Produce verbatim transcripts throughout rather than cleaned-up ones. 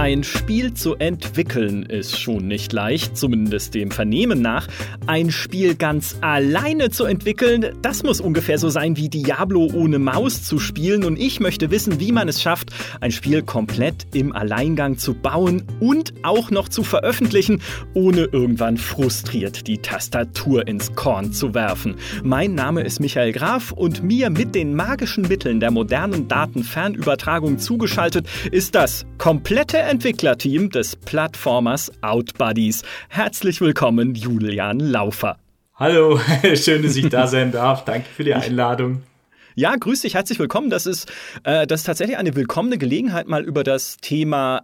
Ein Spiel zu entwickeln ist schon nicht leicht, zumindest dem Vernehmen nach. Ein Spiel ganz alleine zu entwickeln, das muss ungefähr so sein wie Diablo ohne Maus zu spielen. Und ich möchte wissen, wie man es schafft, ein Spiel komplett im Alleingang zu bauen und auch noch zu veröffentlichen, ohne irgendwann frustriert die Tastatur ins Korn zu werfen. Mein Name ist Michael Graf und mir mit den magischen Mitteln der modernen Datenfernübertragung zugeschaltet ist das komplette Entwicklerteam des Plattformers Outbuddies. Herzlich willkommen, Julian Laufer. Hallo, schön, dass ich da sein darf. Danke für die Einladung. Ja, grüß dich, herzlich willkommen. Das ist, äh, das ist tatsächlich eine willkommene Gelegenheit, mal über das Thema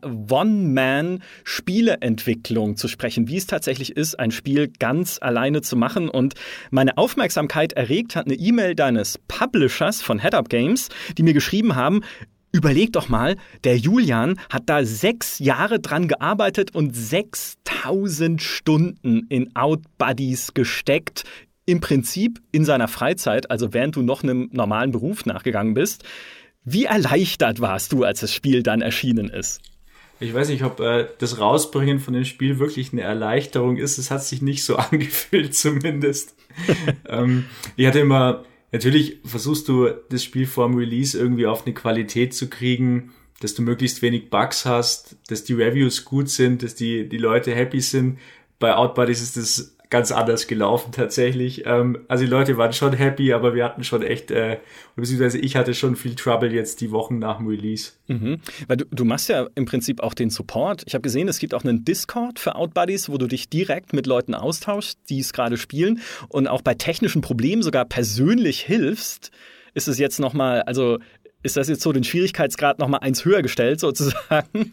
One-Man-Spieleentwicklung zu sprechen, wie es tatsächlich ist, ein Spiel ganz alleine zu machen. Und meine Aufmerksamkeit erregt hat eine E-Mail deines Publishers von Headup Games, die mir geschrieben haben: Überleg doch mal, der Julian hat da sechs Jahre dran gearbeitet und sechstausend Stunden in Outbuddies gesteckt. Im Prinzip in seiner Freizeit, also während du noch einem normalen Beruf nachgegangen bist. Wie erleichtert warst du, als das Spiel dann erschienen ist? Ich weiß nicht, ob äh, das Rausbringen von dem Spiel wirklich eine Erleichterung ist. Es hat sich nicht so angefühlt zumindest. ähm, ich hatte immer... Natürlich versuchst du, das Spiel vor dem Release irgendwie auf eine Qualität zu kriegen, dass du möglichst wenig Bugs hast, dass die Reviews gut sind, dass die die Leute happy sind. Bei Outbuddies ist das ganz anders gelaufen tatsächlich. Ähm, also die Leute waren schon happy, aber wir hatten schon echt, äh, beziehungsweise ich hatte schon viel Trouble jetzt die Wochen nach dem Release. Mhm. Weil du, du machst ja im Prinzip auch den Support. Ich habe gesehen, es gibt auch einen Discord für Outbuddies, wo du dich direkt mit Leuten austauschst, die es gerade spielen und auch bei technischen Problemen sogar persönlich hilfst. Ist es jetzt nochmal, also ist das jetzt so den Schwierigkeitsgrad nochmal eins höher gestellt sozusagen?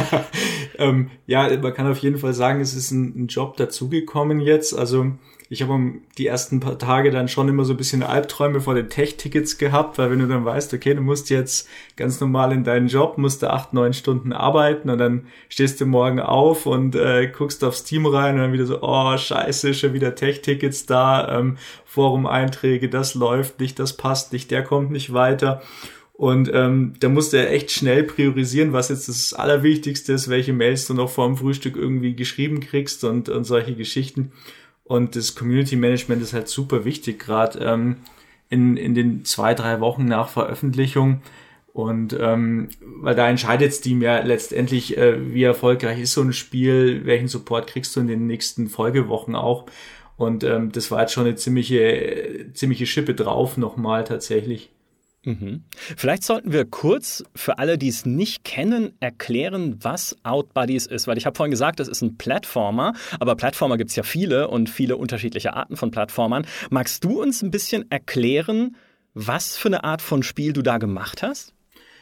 ähm, ja, man kann auf jeden Fall sagen, es ist ein, ein Job dazugekommen jetzt. Also ich habe die ersten paar Tage dann schon immer so ein bisschen Albträume vor den Tech-Tickets gehabt, weil wenn du dann weißt, okay, du musst jetzt ganz normal in deinen Job, musst du acht, neun Stunden arbeiten und dann stehst du morgen auf und äh, guckst auf Steam rein und dann wieder so, oh scheiße, schon wieder Tech-Tickets da, ähm, Forum-Einträge, das läuft nicht, das passt nicht, der kommt nicht weiter. Und ähm, da musst du ja echt schnell priorisieren, was jetzt das Allerwichtigste ist, welche Mails du noch vor dem Frühstück irgendwie geschrieben kriegst und, und solche Geschichten. Und das Community Management ist halt super wichtig, gerade ähm, in, in den zwei, drei Wochen nach Veröffentlichung. Und ähm, weil da entscheidet Steam ja letztendlich, äh, wie erfolgreich ist so ein Spiel, welchen Support kriegst du in den nächsten Folgewochen auch. Und ähm, das war jetzt schon eine ziemliche, ziemliche Schippe drauf nochmal tatsächlich. Mhm. Vielleicht sollten wir kurz für alle, die es nicht kennen, erklären, was Outbuddies ist. Weil ich habe vorhin gesagt, das ist ein Plattformer, aber Plattformer gibt es ja viele und viele unterschiedliche Arten von Plattformern. Magst du uns ein bisschen erklären, was für eine Art von Spiel du da gemacht hast?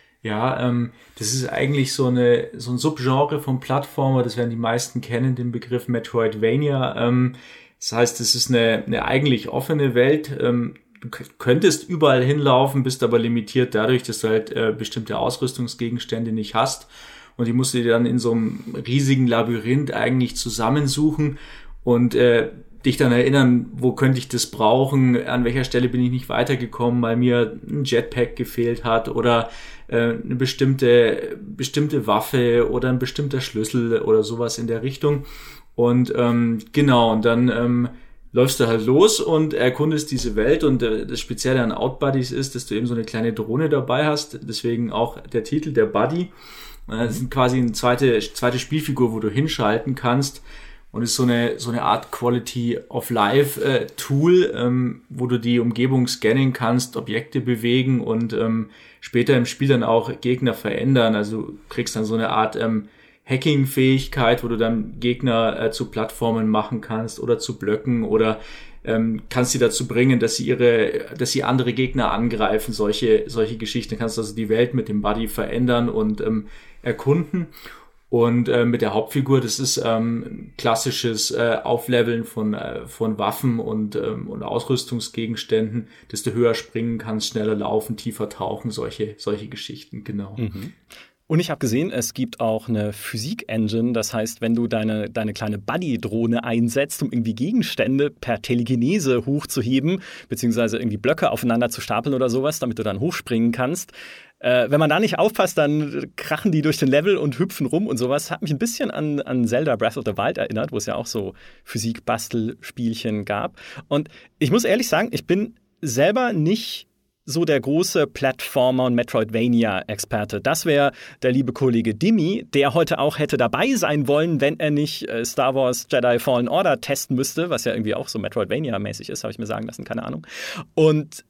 Ja, ähm, das ist eigentlich so eine so ein Subgenre vom Plattformer, das werden die meisten kennen, den Begriff Metroidvania. Ähm, das heißt, es ist eine, eine eigentlich offene Welt. Ähm, Du könntest überall hinlaufen, bist aber limitiert dadurch, dass du halt äh, bestimmte Ausrüstungsgegenstände nicht hast. Und die musst du dir dann in so einem riesigen Labyrinth eigentlich zusammensuchen und äh, dich dann erinnern, wo könnte ich das brauchen, an welcher Stelle bin ich nicht weitergekommen, weil mir ein Jetpack gefehlt hat oder äh, eine bestimmte bestimmte Waffe oder ein bestimmter Schlüssel oder sowas in der Richtung. Und ähm, genau, und dann ähm, läufst du halt los und erkundest diese Welt und äh, das Spezielle an Outbuddies ist, dass du eben so eine kleine Drohne dabei hast, deswegen auch der Titel, der Buddy. Äh, das ist quasi eine zweite, zweite Spielfigur, wo du hinschalten kannst und ist so eine, so eine Art Quality of Life äh, Tool, ähm, wo du die Umgebung scannen kannst, Objekte bewegen und ähm, später im Spiel dann auch Gegner verändern, also du kriegst dann so eine Art ähm, Hacking-Fähigkeit, wo du dann Gegner äh, zu Plattformen machen kannst oder zu Blöcken oder ähm, kannst sie dazu bringen, dass sie ihre, dass sie andere Gegner angreifen, solche solche Geschichten. Du kannst also die Welt mit dem Buddy verändern und ähm, erkunden. Und äh, mit der Hauptfigur, das ist ähm, klassisches äh, Aufleveln von äh, von Waffen und ähm, und Ausrüstungsgegenständen, dass du höher springen kannst, schneller laufen, tiefer tauchen, solche solche Geschichten, genau. Mhm. Und ich habe gesehen, es gibt auch eine Physik-Engine. Das heißt, wenn du deine, deine kleine Buddy-Drohne einsetzt, um irgendwie Gegenstände per Telekinese hochzuheben, beziehungsweise irgendwie Blöcke aufeinander zu stapeln oder sowas, damit du dann hochspringen kannst. Äh, wenn man da nicht aufpasst, dann krachen die durch den Level und hüpfen rum und sowas. Hat mich ein bisschen an, an Zelda Breath of the Wild erinnert, wo es ja auch so Physik-Bastelspielchen gab. Und ich muss ehrlich sagen, ich bin selber nicht so der große Plattformer- und Metroidvania-Experte. Das wäre der liebe Kollege Dimmi, der heute auch hätte dabei sein wollen, wenn er nicht äh, Star Wars Jedi Fallen Order testen müsste, was ja irgendwie auch so Metroidvania-mäßig ist, habe ich mir sagen lassen, keine Ahnung. Und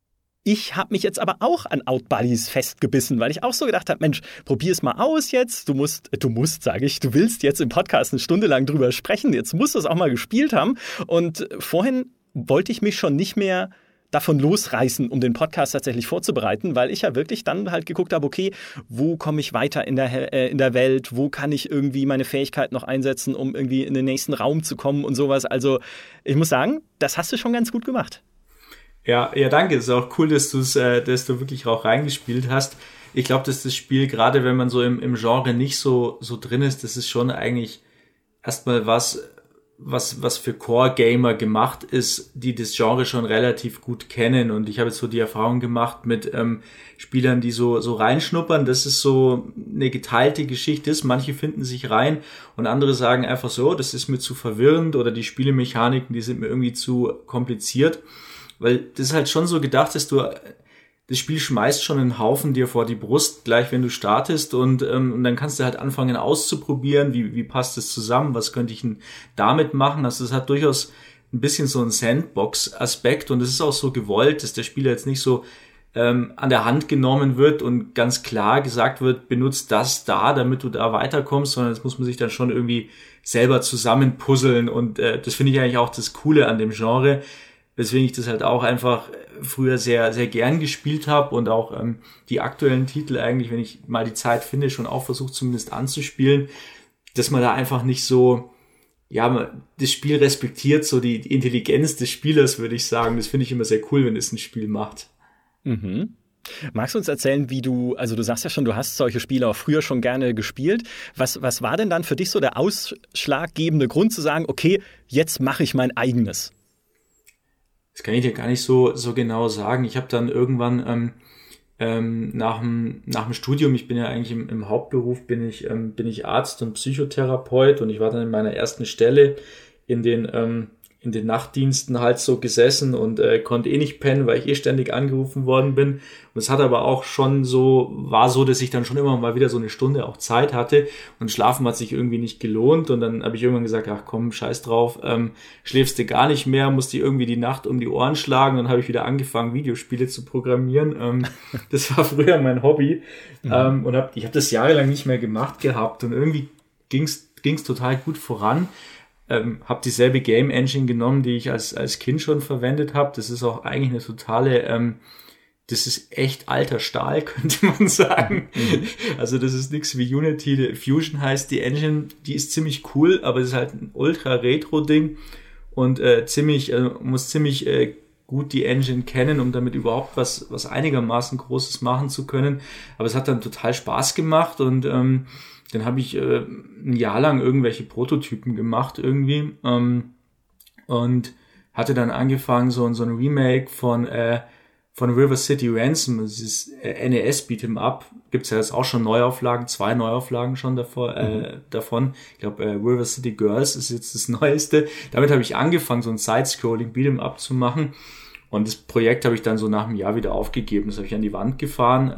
ich habe mich jetzt aber auch an Outbuddies festgebissen, weil ich auch so gedacht habe, Mensch, probier es mal aus jetzt. Du musst, du musst, sage ich, du willst jetzt im Podcast eine Stunde lang drüber sprechen. Jetzt musst du es auch mal gespielt haben. Und vorhin wollte ich mich schon nicht mehr davon losreißen, um den Podcast tatsächlich vorzubereiten, weil ich ja wirklich dann halt geguckt habe, okay, wo komme ich weiter in der, äh, in der Welt, wo kann ich irgendwie meine Fähigkeit noch einsetzen, um irgendwie in den nächsten Raum zu kommen und sowas. Also ich muss sagen, das hast du schon ganz gut gemacht. Ja, ja, danke. Es ist auch cool, dass du es, äh, dass du wirklich auch reingespielt hast. Ich glaube, dass das Spiel, gerade wenn man so im, im Genre nicht so, so drin ist, das ist schon eigentlich erstmal was, was, was für Core-Gamer gemacht ist, die das Genre schon relativ gut kennen. Und ich habe jetzt so die Erfahrung gemacht mit ähm, Spielern, die so, so reinschnuppern, dass es so eine geteilte Geschichte ist. Manche finden sich rein und andere sagen einfach so, das ist mir zu verwirrend oder die Spielemechaniken, die sind mir irgendwie zu kompliziert. Weil das ist halt schon so gedacht, dass du das Spiel schmeißt schon einen Haufen dir vor die Brust, gleich wenn du startest und, ähm, und dann kannst du halt anfangen auszuprobieren, wie, wie passt das zusammen, was könnte ich denn damit machen. Also es hat durchaus ein bisschen so einen Sandbox-Aspekt und es ist auch so gewollt, dass der Spieler jetzt nicht so ähm, an der Hand genommen wird und ganz klar gesagt wird, benutzt das da, damit du da weiterkommst, sondern das muss man sich dann schon irgendwie selber zusammenpuzzeln und äh, das finde ich eigentlich auch das Coole an dem Genre, weswegen ich das halt auch einfach früher sehr, sehr gern gespielt habe und auch ähm, die aktuellen Titel eigentlich, wenn ich mal die Zeit finde, schon auch versucht zumindest anzuspielen, dass man da einfach nicht so, ja, man, das Spiel respektiert so die, die Intelligenz des Spielers, würde ich sagen. Das finde ich immer sehr cool, wenn es ein Spiel macht. Mhm. Magst du uns erzählen, wie du, also du sagst ja schon, du hast solche Spiele auch früher schon gerne gespielt. Was, was war denn dann für dich so der ausschlaggebende Grund zu sagen, okay, jetzt mache ich mein eigenes? Das kann ich dir gar nicht so so genau sagen. Ich habe dann irgendwann ähm, ähm, nach dem nach dem Studium, ich bin ja eigentlich im, im Hauptberuf, bin ich ähm, bin ich Arzt und Psychotherapeut und ich war dann in meiner ersten Stelle in den ähm, in den Nachtdiensten halt so gesessen und äh, konnte eh nicht pennen, weil ich eh ständig angerufen worden bin. Und es hat aber auch schon so, war so, dass ich dann schon immer mal wieder so eine Stunde auch Zeit hatte und Schlafen hat sich irgendwie nicht gelohnt und dann habe ich irgendwann gesagt, ach komm, scheiß drauf, ähm, schläfst du gar nicht mehr, musst dir irgendwie die Nacht um die Ohren schlagen. Dann habe ich wieder angefangen, Videospiele zu programmieren. Ähm, das war früher mein Hobby mhm. ähm, und hab, ich habe das jahrelang nicht mehr gemacht gehabt und irgendwie ging's ging's total gut voran. Ähm, habe dieselbe Game Engine genommen, die ich als als Kind schon verwendet habe. Das ist auch eigentlich eine totale, ähm, das ist echt alter Stahl, könnte man sagen. Mhm. Also das ist nichts wie Unity. Fusion heißt die Engine, die ist ziemlich cool, aber es ist halt ein ultra-Retro-Ding und äh, ziemlich, äh, muss ziemlich äh, gut die Engine kennen, um damit überhaupt was was einigermaßen Großes machen zu können. Aber es hat dann total Spaß gemacht und ähm, dann habe ich äh, ein Jahr lang irgendwelche Prototypen gemacht irgendwie ähm, und hatte dann angefangen, so, so ein Remake von äh, von River City Ransom, das ist äh, N E S Beat'em Up, gibt's ja jetzt auch schon Neuauflagen, zwei Neuauflagen schon davor, äh, mhm. davon. Ich glaube, äh, River City Girls ist jetzt das Neueste. Damit habe ich angefangen, so ein Side-Scrolling Beat'em Up zu machen und das Projekt habe ich dann so nach einem Jahr wieder aufgegeben. Das habe ich an die Wand gefahren,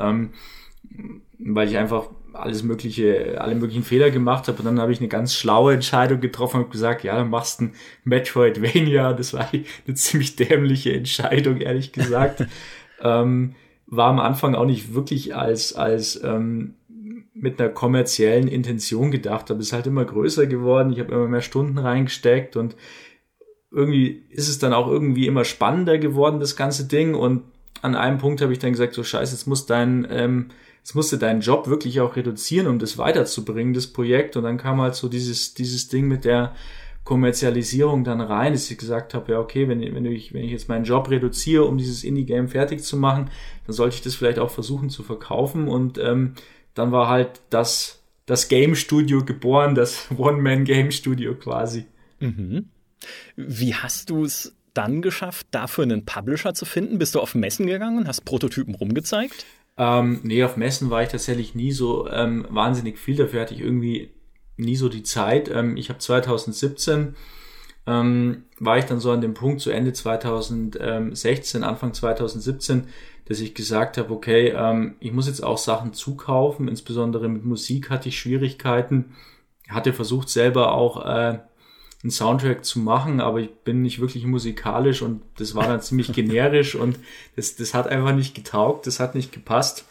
ähm, weil ich einfach alles mögliche, alle möglichen Fehler gemacht habe und dann habe ich eine ganz schlaue Entscheidung getroffen und gesagt, ja, dann machst du ein Metroidvania. Das war eine ziemlich dämliche Entscheidung, ehrlich gesagt. ähm, war am Anfang auch nicht wirklich als als ähm, mit einer kommerziellen Intention gedacht, aber es ist halt immer größer geworden. Ich habe immer mehr Stunden reingesteckt und irgendwie ist es dann auch irgendwie immer spannender geworden, das ganze Ding. Und an einem Punkt habe ich dann gesagt, so scheiße, jetzt muss dein ähm, Jetzt musst du deinen Job wirklich auch reduzieren, um das weiterzubringen, das Projekt. Und dann kam halt so dieses dieses Ding mit der Kommerzialisierung dann rein, dass ich gesagt habe, ja okay, wenn, wenn, ich, wenn ich jetzt meinen Job reduziere, um dieses Indie-Game fertig zu machen, dann sollte ich das vielleicht auch versuchen zu verkaufen. Und ähm, dann war halt das, das Game Studio geboren, das One-Man-Game Studio quasi. Mhm. Wie hast du es dann geschafft, dafür einen Publisher zu finden? Bist du auf Messen gegangen, hast Prototypen rumgezeigt? Ähm, nee, auf Messen war ich tatsächlich nie so ähm, wahnsinnig viel. Dafür hatte ich irgendwie nie so die Zeit. Ähm, ich habe zwanzig siebzehn ähm, war ich dann so an dem Punkt, zu Ende zwanzig sechzehn, Anfang zwanzig siebzehn, dass ich gesagt habe, okay, ähm, ich muss jetzt auch Sachen zukaufen. Insbesondere mit Musik hatte ich Schwierigkeiten. Hatte versucht, selber auch äh, einen Soundtrack zu machen, aber ich bin nicht wirklich musikalisch und das war dann ziemlich generisch und das, das hat einfach nicht getaugt, das hat nicht gepasst.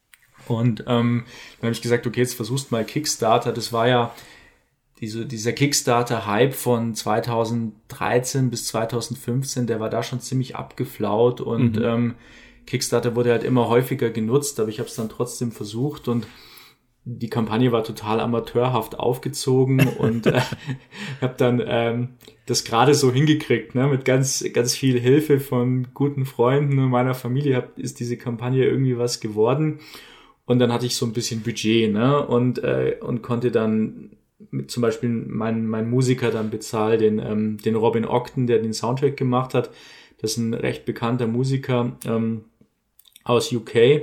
Und ähm, dann habe ich gesagt, okay, jetzt versuchst mal Kickstarter. Das war ja diese, dieser Kickstarter-Hype von zwanzig dreizehn bis zwanzig fünfzehn, der war da schon ziemlich abgeflaut und mhm. ähm, Kickstarter wurde halt immer häufiger genutzt, aber ich habe es dann trotzdem versucht und die Kampagne war total amateurhaft aufgezogen und äh, habe dann ähm, das gerade so hingekriegt, ne, mit ganz ganz viel Hilfe von guten Freunden und meiner Familie hab, ist diese Kampagne irgendwie was geworden und dann hatte ich so ein bisschen Budget, ne, und äh, und konnte dann mit zum Beispiel meinen mein Musiker dann bezahlen, den ähm, den Robin Ogden, der den Soundtrack gemacht hat. Das ist ein recht bekannter Musiker ähm, aus U K.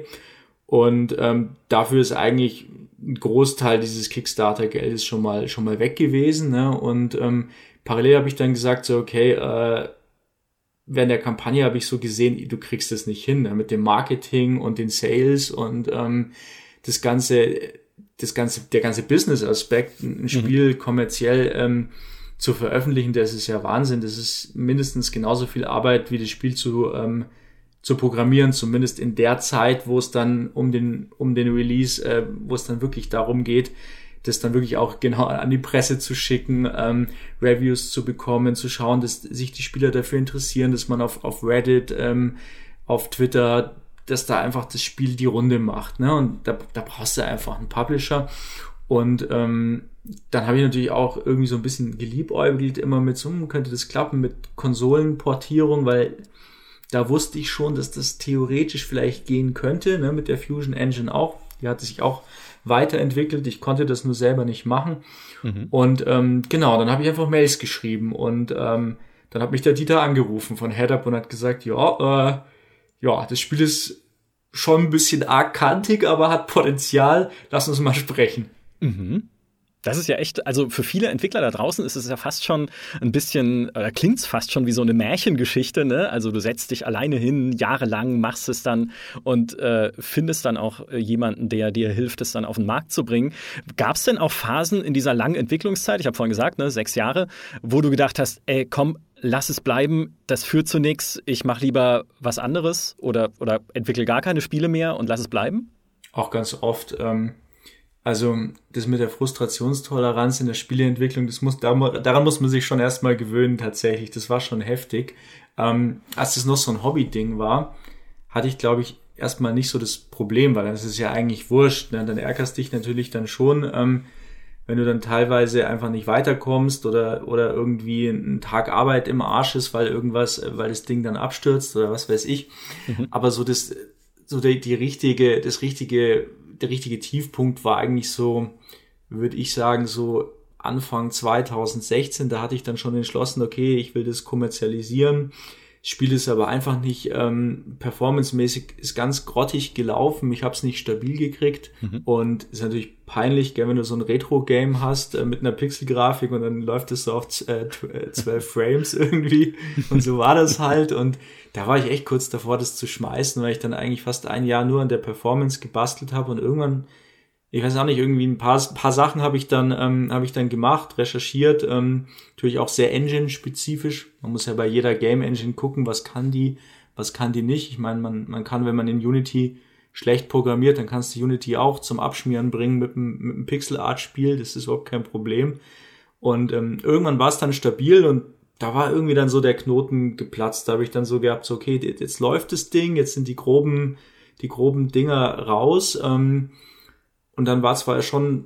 Und ähm, dafür ist eigentlich ein Großteil dieses Kickstarter-Geldes schon mal schon mal weg gewesen. Ne? Und ähm, parallel habe ich dann gesagt, so okay, äh, während der Kampagne habe ich so gesehen, du kriegst das nicht hin, ne? Mit dem Marketing und den Sales und ähm, das ganze, das ganze, der ganze Business-Aspekt, ein Spiel mhm. kommerziell ähm, zu veröffentlichen, das ist ja Wahnsinn. Das ist mindestens genauso viel Arbeit wie das Spiel zu ähm, zu programmieren, zumindest in der Zeit, wo es dann um den um den Release, äh, wo es dann wirklich darum geht, das dann wirklich auch genau an die Presse zu schicken, ähm, Reviews zu bekommen, zu schauen, dass sich die Spieler dafür interessieren, dass man auf auf Reddit, ähm, auf Twitter, dass da einfach das Spiel die Runde macht, ne? Und da, da brauchst du einfach einen Publisher. Und ähm, dann habe ich natürlich auch irgendwie so ein bisschen geliebäugelt immer mit so, könnte das klappen mit Konsolenportierung, weil da wusste ich schon, dass das theoretisch vielleicht gehen könnte, ne, mit der Fusion Engine auch. Die hat sich auch weiterentwickelt. Ich konnte das nur selber nicht machen. Mhm. Und ähm, genau, dann habe ich einfach Mails geschrieben und ähm, dann hat mich der Dieter angerufen von Headup und hat gesagt, ja, äh, ja, das Spiel ist schon ein bisschen arg kantig, aber hat Potenzial. Lass uns mal sprechen. Mhm. Das ist ja echt, also für viele Entwickler da draußen ist es ja fast schon ein bisschen, oder klingt's fast schon wie so eine Märchengeschichte, ne? Also du setzt dich alleine hin, jahrelang, machst es dann und äh, findest dann auch jemanden, der dir hilft, es dann auf den Markt zu bringen. Gab's denn auch Phasen in dieser langen Entwicklungszeit, ich habe vorhin gesagt, ne, sechs Jahre, wo du gedacht hast, ey, komm, lass es bleiben, das führt zu nichts, ich mache lieber was anderes oder, oder entwickle gar keine Spiele mehr und lass es bleiben? Auch ganz oft, ähm Also das mit der Frustrationstoleranz in der Spieleentwicklung, das muss, daran muss man sich schon erstmal gewöhnen tatsächlich. Das war schon heftig. Ähm, als das noch so ein Hobby-Ding war, hatte ich, glaube ich, erstmal nicht so das Problem, weil das ist ja eigentlich wurscht. Ne? Dann ärgerst dich natürlich dann schon, ähm, wenn du dann teilweise einfach nicht weiterkommst oder oder irgendwie ein Tag Arbeit im Arsch ist, weil irgendwas, weil das Ding dann abstürzt oder was weiß ich. Mhm. Aber so das, so die, die richtige, das richtige Der richtige Tiefpunkt war eigentlich so, würde ich sagen, so Anfang zwanzig sechzehn. Da hatte ich dann schon entschlossen, okay, ich will das kommerzialisieren. Das Spiel ist aber einfach nicht ähm, performancemäßig, ist ganz grottig gelaufen. Ich habe es nicht stabil gekriegt. Mhm. Und ist natürlich peinlich, gell, wenn du so ein Retro-Game hast äh, mit einer Pixel-Grafik und dann läuft es so auf äh, zwölf Frames irgendwie. Und so war das halt. Und da war ich echt kurz davor, das zu schmeißen, weil ich dann eigentlich fast ein Jahr nur an der Performance gebastelt habe und irgendwann, ich weiß auch nicht, irgendwie ein paar, paar Sachen habe ich dann ähm, habe ich dann gemacht, recherchiert, ähm, natürlich auch sehr Engine-spezifisch. Man muss ja bei jeder Game-Engine gucken, was kann die, was kann die nicht. Ich meine, man man kann, wenn man in Unity schlecht programmiert, dann kannst du Unity auch zum Abschmieren bringen mit einem, mit einem Pixel-Art-Spiel, das ist überhaupt kein Problem. Und ähm, irgendwann war es dann stabil und da war irgendwie dann so der Knoten geplatzt. Da habe ich dann so gehabt, so okay, jetzt läuft das Ding, jetzt sind die groben, die groben Dinger raus. Ähm, und dann war zwar schon,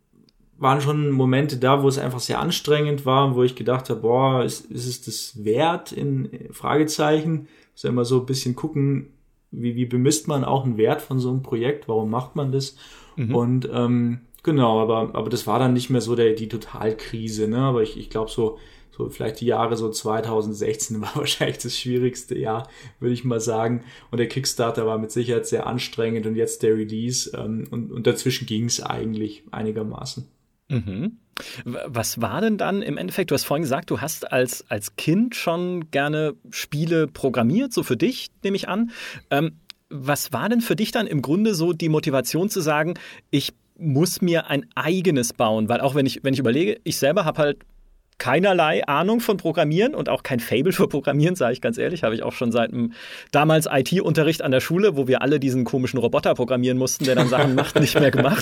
waren schon Momente da, wo es einfach sehr anstrengend war, wo ich gedacht habe, boah, ist, ist es das wert? In Fragezeichen. Muss ja immer so ein bisschen gucken, wie, wie bemisst man auch einen Wert von so einem Projekt, warum macht man das? Mhm. Und ähm, genau, aber, aber das war dann nicht mehr so der, die Totalkrise, ne? Aber ich, ich glaube so, so vielleicht die Jahre so zwanzig sechzehn war wahrscheinlich das schwierigste Jahr, würde ich mal sagen. Und der Kickstarter war mit Sicherheit sehr anstrengend und jetzt der Release. Ähm, und, und dazwischen ging es eigentlich einigermaßen. Mhm. Was war denn dann im Endeffekt, du hast vorhin gesagt, du hast als, als Kind schon gerne Spiele programmiert, so für dich, nehme ich an. Ähm, was war denn für dich dann im Grunde so die Motivation zu sagen, ich muss mir ein eigenes bauen? Weil auch wenn ich, wenn ich überlege, ich selber habe halt keinerlei Ahnung von Programmieren und auch kein Faible für Programmieren, sage ich ganz ehrlich, habe ich auch schon seit dem damals I T-Unterricht an der Schule, wo wir alle diesen komischen Roboter programmieren mussten, der dann Sachen macht, nicht mehr gemacht.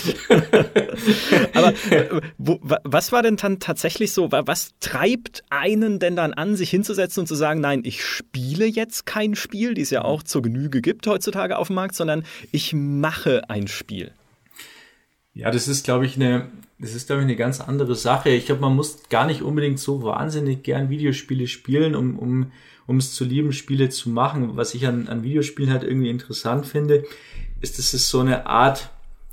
Aber wo, was war denn dann tatsächlich so, was treibt einen denn dann an, sich hinzusetzen und zu sagen, nein, ich spiele jetzt kein Spiel, die es ja auch zur Genüge gibt heutzutage auf dem Markt, sondern ich mache ein Spiel? Ja, das ist, glaube ich, eine, das ist, glaube ich, eine ganz andere Sache. Ich glaube, man muss gar nicht unbedingt so wahnsinnig gern Videospiele spielen, um, um, um es zu lieben, Spiele zu machen. Was ich an, an Videospielen halt irgendwie interessant finde, ist, dass es so eine Art,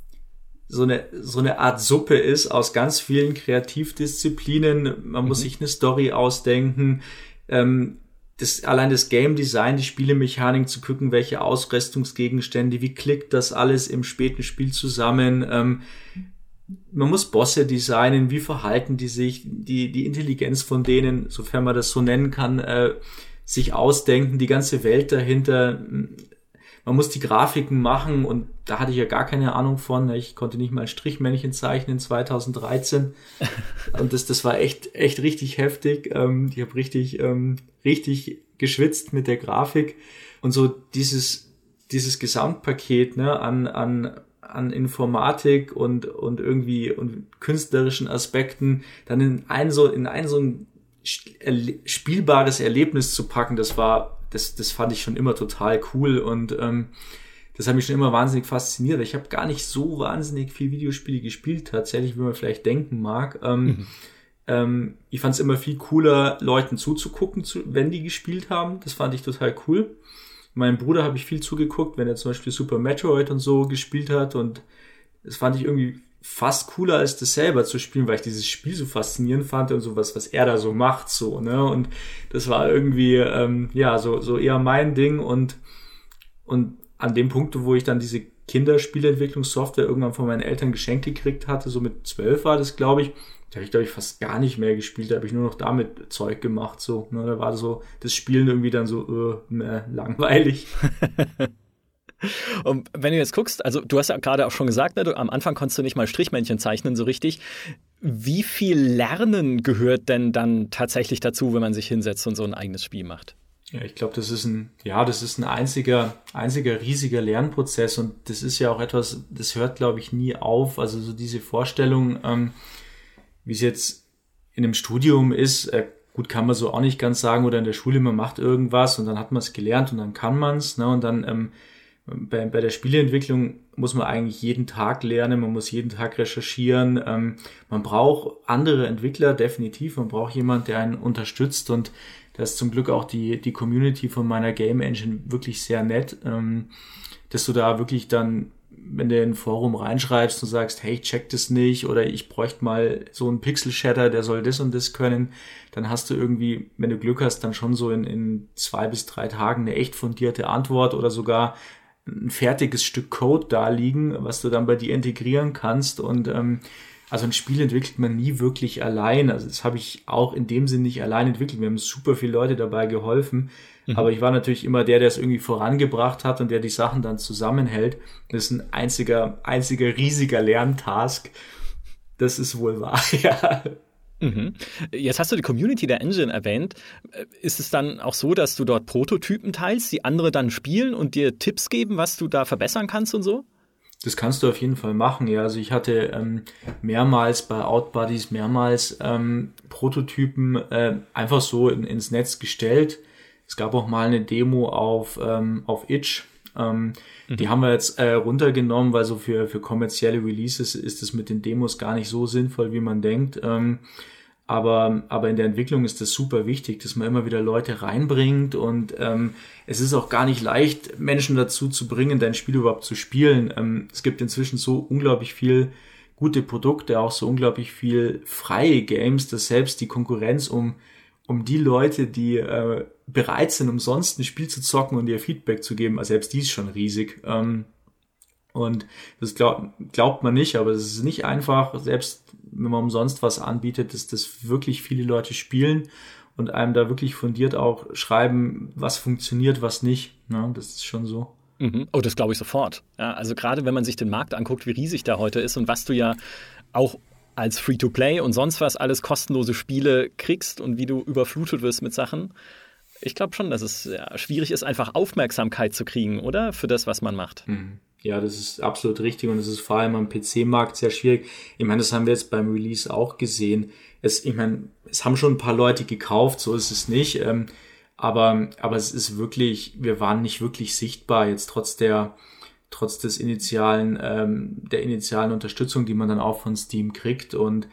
so eine, so eine Art Suppe ist aus ganz vielen Kreativdisziplinen. Man muss mhm. sich eine Story ausdenken, ähm, Das, allein das Game Design, die Spielemechanik, zu gucken, welche Ausrüstungsgegenstände, wie klickt das alles im späten Spiel zusammen. Ähm, man muss Bosse designen, wie verhalten die sich, die, die Intelligenz von denen, sofern man das so nennen kann, äh, sich ausdenken, die ganze Welt dahinter. Man muss die Grafiken machen und da hatte ich ja gar keine Ahnung von. Ich konnte nicht mal ein Strichmännchen zeichnen zwanzig dreizehn. Und das, das war echt, echt richtig heftig. Ähm, ich habe richtig, ähm, richtig geschwitzt mit der Grafik. Und so dieses, dieses Gesamtpaket, ne, an, an, an Informatik und, und irgendwie, und künstlerischen Aspekten, dann in ein so, in ein so ein spielbares Erlebnis zu packen, das war, Das, das fand ich schon immer total cool und ähm, das hat mich schon immer wahnsinnig fasziniert. Ich habe gar nicht so wahnsinnig viel Videospiele gespielt, tatsächlich, wie man vielleicht denken mag. Ähm, mhm. ähm, ich fand es immer viel cooler, Leuten zuzugucken, zu, wenn die gespielt haben. Das fand ich total cool. Meinem Bruder habe ich viel zugeguckt, wenn er zum Beispiel Super Metroid und so gespielt hat, und das fand ich irgendwie fast cooler, als das selber zu spielen, weil ich dieses Spiel so faszinierend fand und sowas, was er da so macht, so, ne, und das war irgendwie, ähm, ja, so, so eher mein Ding, und, und an dem Punkt, wo ich dann diese Kinderspieleentwicklungssoftware irgendwann von meinen Eltern geschenkt gekriegt hatte, so mit zwölf war das, glaube ich, da habe ich, glaube ich, fast gar nicht mehr gespielt, da habe ich nur noch damit Zeug gemacht, so, ne, da war so das Spielen irgendwie dann so, äh, ne, langweilig. Und wenn du jetzt guckst, also du hast ja gerade auch schon gesagt, ne, du, am Anfang konntest du nicht mal Strichmännchen zeichnen so richtig. Wie viel Lernen gehört denn dann tatsächlich dazu, wenn man sich hinsetzt und so ein eigenes Spiel macht? Ja, ich glaube, das ist ein, ja, das ist ein einziger, einziger riesiger Lernprozess, und das ist ja auch etwas, das hört, glaube ich, nie auf. Also so diese Vorstellung, ähm, wie es jetzt in einem Studium ist, äh, gut, kann man so auch nicht ganz sagen, oder in der Schule, man macht irgendwas und dann hat man es gelernt und dann kann man es, ne, und dann ähm, Bei, bei der Spieleentwicklung muss man eigentlich jeden Tag lernen, man muss jeden Tag recherchieren, ähm, man braucht andere Entwickler, definitiv, man braucht jemand, der einen unterstützt, und da ist zum Glück auch die, die Community von meiner Game Engine wirklich sehr nett, ähm, dass du da wirklich dann, wenn du in ein Forum reinschreibst und sagst, hey, ich check das nicht, oder ich bräuchte mal so einen Pixel-Shatter, der soll das und das können, dann hast du irgendwie, wenn du Glück hast, dann schon so in, in zwei bis drei Tagen eine echt fundierte Antwort oder sogar ein fertiges Stück Code da liegen, was du dann bei dir integrieren kannst. Und ähm, also ein Spiel entwickelt man nie wirklich allein. Also das habe ich auch in dem Sinn nicht allein entwickelt. Wir haben super viele Leute dabei geholfen. Mhm. Aber ich war natürlich immer der, der es irgendwie vorangebracht hat und der die Sachen dann zusammenhält. Das ist ein einziger, einziger riesiger Lerntask. Das ist wohl wahr, ja. Mhm. Jetzt hast du die Community der Engine erwähnt. Ist es dann auch so, dass du dort Prototypen teilst, die andere dann spielen und dir Tipps geben, was du da verbessern kannst und so? Das kannst du auf jeden Fall machen, ja. Also ich hatte ähm, mehrmals bei Outbuddies mehrmals ähm, Prototypen äh, einfach so in, ins Netz gestellt. Es gab auch mal eine Demo auf, ähm, auf itch. Ähm, mhm. Die haben wir jetzt äh, runtergenommen, weil so für, für kommerzielle Releases ist es mit den Demos gar nicht so sinnvoll, wie man denkt. Ähm, Aber, aber in der Entwicklung ist das super wichtig, dass man immer wieder Leute reinbringt und ähm, es ist auch gar nicht leicht, Menschen dazu zu bringen, dein Spiel überhaupt zu spielen. Ähm, es gibt inzwischen so unglaublich viel gute Produkte, auch so unglaublich viel freie Games, dass selbst die Konkurrenz um, um die Leute, die äh, bereit sind, umsonst ein Spiel zu zocken und ihr Feedback zu geben, also selbst die ist schon riesig. Ähm, und das glaub, glaubt man nicht, aber es ist nicht einfach, selbst wenn man umsonst was anbietet, dass das wirklich viele Leute spielen und einem da wirklich fundiert auch schreiben, was funktioniert, was nicht. Ja, das ist schon so. Mhm. Oh, das glaube ich sofort. Ja, also gerade wenn man sich den Markt anguckt, wie riesig der heute ist und was du ja auch als Free-to-Play und sonst was alles kostenlose Spiele kriegst und wie du überflutet wirst mit Sachen. Ich glaube schon, dass es ja, schwierig ist, einfach Aufmerksamkeit zu kriegen, oder? Für das, was man macht. Mhm. Ja, das ist absolut richtig und es ist vor allem am P C-Markt sehr schwierig. Ich meine, das haben wir jetzt beim Release auch gesehen. Es, ich meine, es haben schon ein paar Leute gekauft, so ist es nicht. Ähm, aber, aber es ist wirklich, wir waren nicht wirklich sichtbar jetzt trotz der, trotz des initialen, ähm, der initialen Unterstützung, die man dann auch von Steam kriegt. Und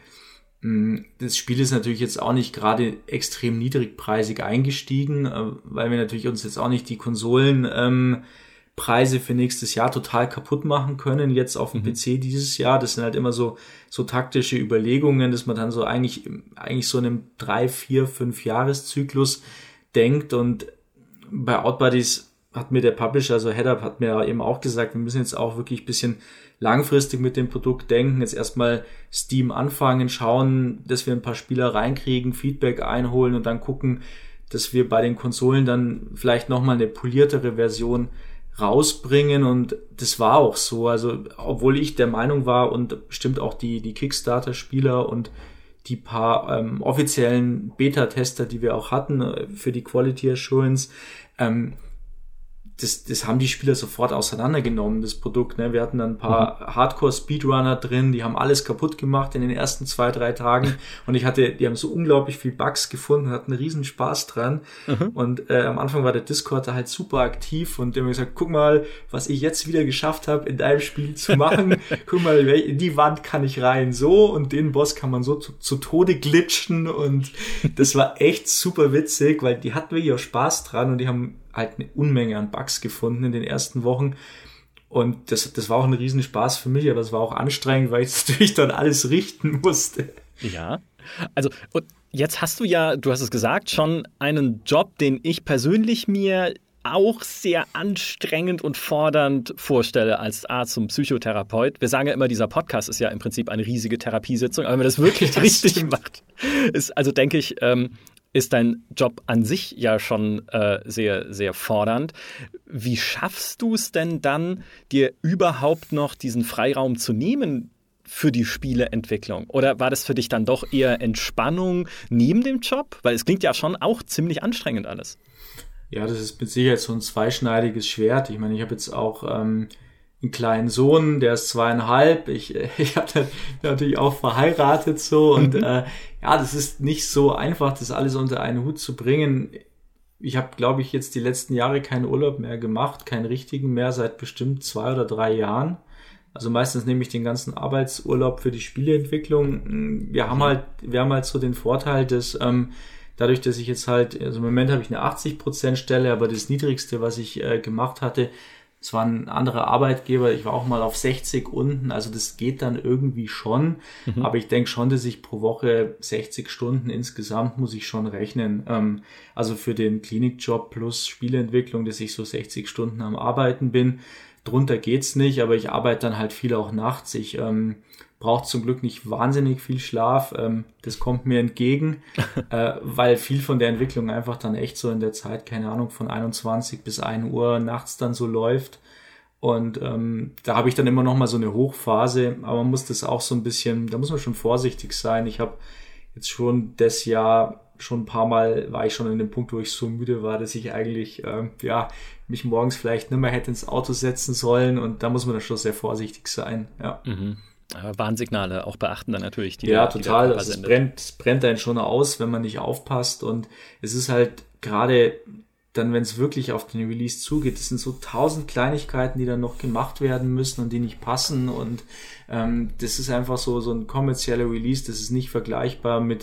mh, das Spiel ist natürlich jetzt auch nicht gerade extrem niedrigpreisig eingestiegen, äh, weil wir natürlich uns jetzt auch nicht die Konsolen ähm, Preise für nächstes Jahr total kaputt machen können, jetzt auf dem mhm. P C dieses Jahr. Das sind halt immer so, so taktische Überlegungen, dass man dann so eigentlich, eigentlich so in einem drei, vier, fünf Jahreszyklus denkt. Und bei Outbuddies hat mir der Publisher, also Headup, hat mir eben auch gesagt, wir müssen jetzt auch wirklich ein bisschen langfristig mit dem Produkt denken, jetzt erstmal Steam anfangen, schauen, dass wir ein paar Spieler reinkriegen, Feedback einholen und dann gucken, dass wir bei den Konsolen dann vielleicht nochmal eine poliertere Version rausbringen und das war auch so, also obwohl ich der Meinung war und bestimmt auch die die Kickstarter-Spieler und die paar ähm, offiziellen Beta-Tester, die wir auch hatten äh, für die Quality Assurance, ähm, das, das haben die Spieler sofort auseinandergenommen, das Produkt. Ne? Wir hatten dann ein paar mhm. Hardcore-Speedrunner drin, die haben alles kaputt gemacht in den ersten zwei, drei Tagen und ich hatte, die haben so unglaublich viel Bugs gefunden, hatten einen riesen Spaß dran mhm. und äh, am Anfang war der Discord da halt super aktiv und die haben gesagt, guck mal, was ich jetzt wieder geschafft habe, in deinem Spiel zu machen, guck mal, in die Wand kann ich rein so und den Boss kann man so zu, zu Tode glitschen und das war echt super witzig, weil die hatten wirklich auch Spaß dran und die haben halt eine Unmenge an Bugs gefunden in den ersten Wochen und das, das war auch ein Riesenspaß für mich, aber es war auch anstrengend, weil ich natürlich dann alles richten musste. Ja, also und jetzt hast du ja, du hast es gesagt, schon einen Job, den ich persönlich mir auch sehr anstrengend und fordernd vorstelle als Arzt und Psychotherapeut. Wir sagen ja immer, dieser Podcast ist ja im Prinzip eine riesige Therapiesitzung, aber wenn man das wirklich ja, richtig stimmt. macht, ist, also denke ich, ähm, ist dein Job an sich ja schon äh, sehr, sehr fordernd. Wie schaffst du es denn dann, dir überhaupt noch diesen Freiraum zu nehmen für die Spieleentwicklung? Oder war das für dich dann doch eher Entspannung neben dem Job? Weil es klingt ja schon auch ziemlich anstrengend alles. Ja, das ist mit Sicherheit so ein zweischneidiges Schwert. Ich meine, ich habe jetzt auch ähm, einen kleinen Sohn, der ist zweieinhalb. Ich, ich habe natürlich auch verheiratet so und mhm. äh, ja, das ist nicht so einfach, das alles unter einen Hut zu bringen. Ich habe, glaube ich, jetzt die letzten Jahre keinen Urlaub mehr gemacht, keinen richtigen mehr, seit bestimmt zwei oder drei Jahren. Also meistens nehme ich den ganzen Arbeitsurlaub für die Spieleentwicklung. Wir mhm. haben halt, wir haben halt so den Vorteil, dass ähm, dadurch, dass ich jetzt halt, also im Moment habe ich eine achtzig Prozent Stelle, aber das Niedrigste, was ich äh, gemacht hatte, es war ein anderer Arbeitgeber, ich war auch mal auf sechzig unten, also das geht dann irgendwie schon, mhm. aber ich denke schon, dass ich pro Woche sechzig Stunden insgesamt muss ich schon rechnen. Ähm, also für den Klinikjob plus Spieleentwicklung, dass ich so sechzig Stunden am Arbeiten bin. Drunter geht's nicht, aber ich arbeite dann halt viel auch nachts. Ich ähm, brauche zum Glück nicht wahnsinnig viel Schlaf. Ähm, das kommt mir entgegen, äh, weil viel von der Entwicklung einfach dann echt so in der Zeit, keine Ahnung, von einundzwanzig bis ein Uhr nachts dann so läuft. Und ähm, da habe ich dann immer noch mal so eine Hochphase, aber man muss das auch so ein bisschen, da muss man schon vorsichtig sein. Ich habe jetzt schon das Jahr schon ein paar Mal, war ich schon in dem Punkt, wo ich so müde war, dass ich eigentlich, äh, ja, mich morgens vielleicht nicht mehr hätte ins Auto setzen sollen und da muss man dann schon sehr vorsichtig sein, ja. Mhm. Aber Warnsignale auch beachten dann natürlich. Die ja, der, total. Die also es brennt, es brennt einen schon aus, wenn man nicht aufpasst und es ist halt gerade dann, wenn es wirklich auf den Release zugeht, es sind so tausend Kleinigkeiten, die dann noch gemacht werden müssen und die nicht passen und ähm, das ist einfach so so ein kommerzieller Release, das ist nicht vergleichbar mit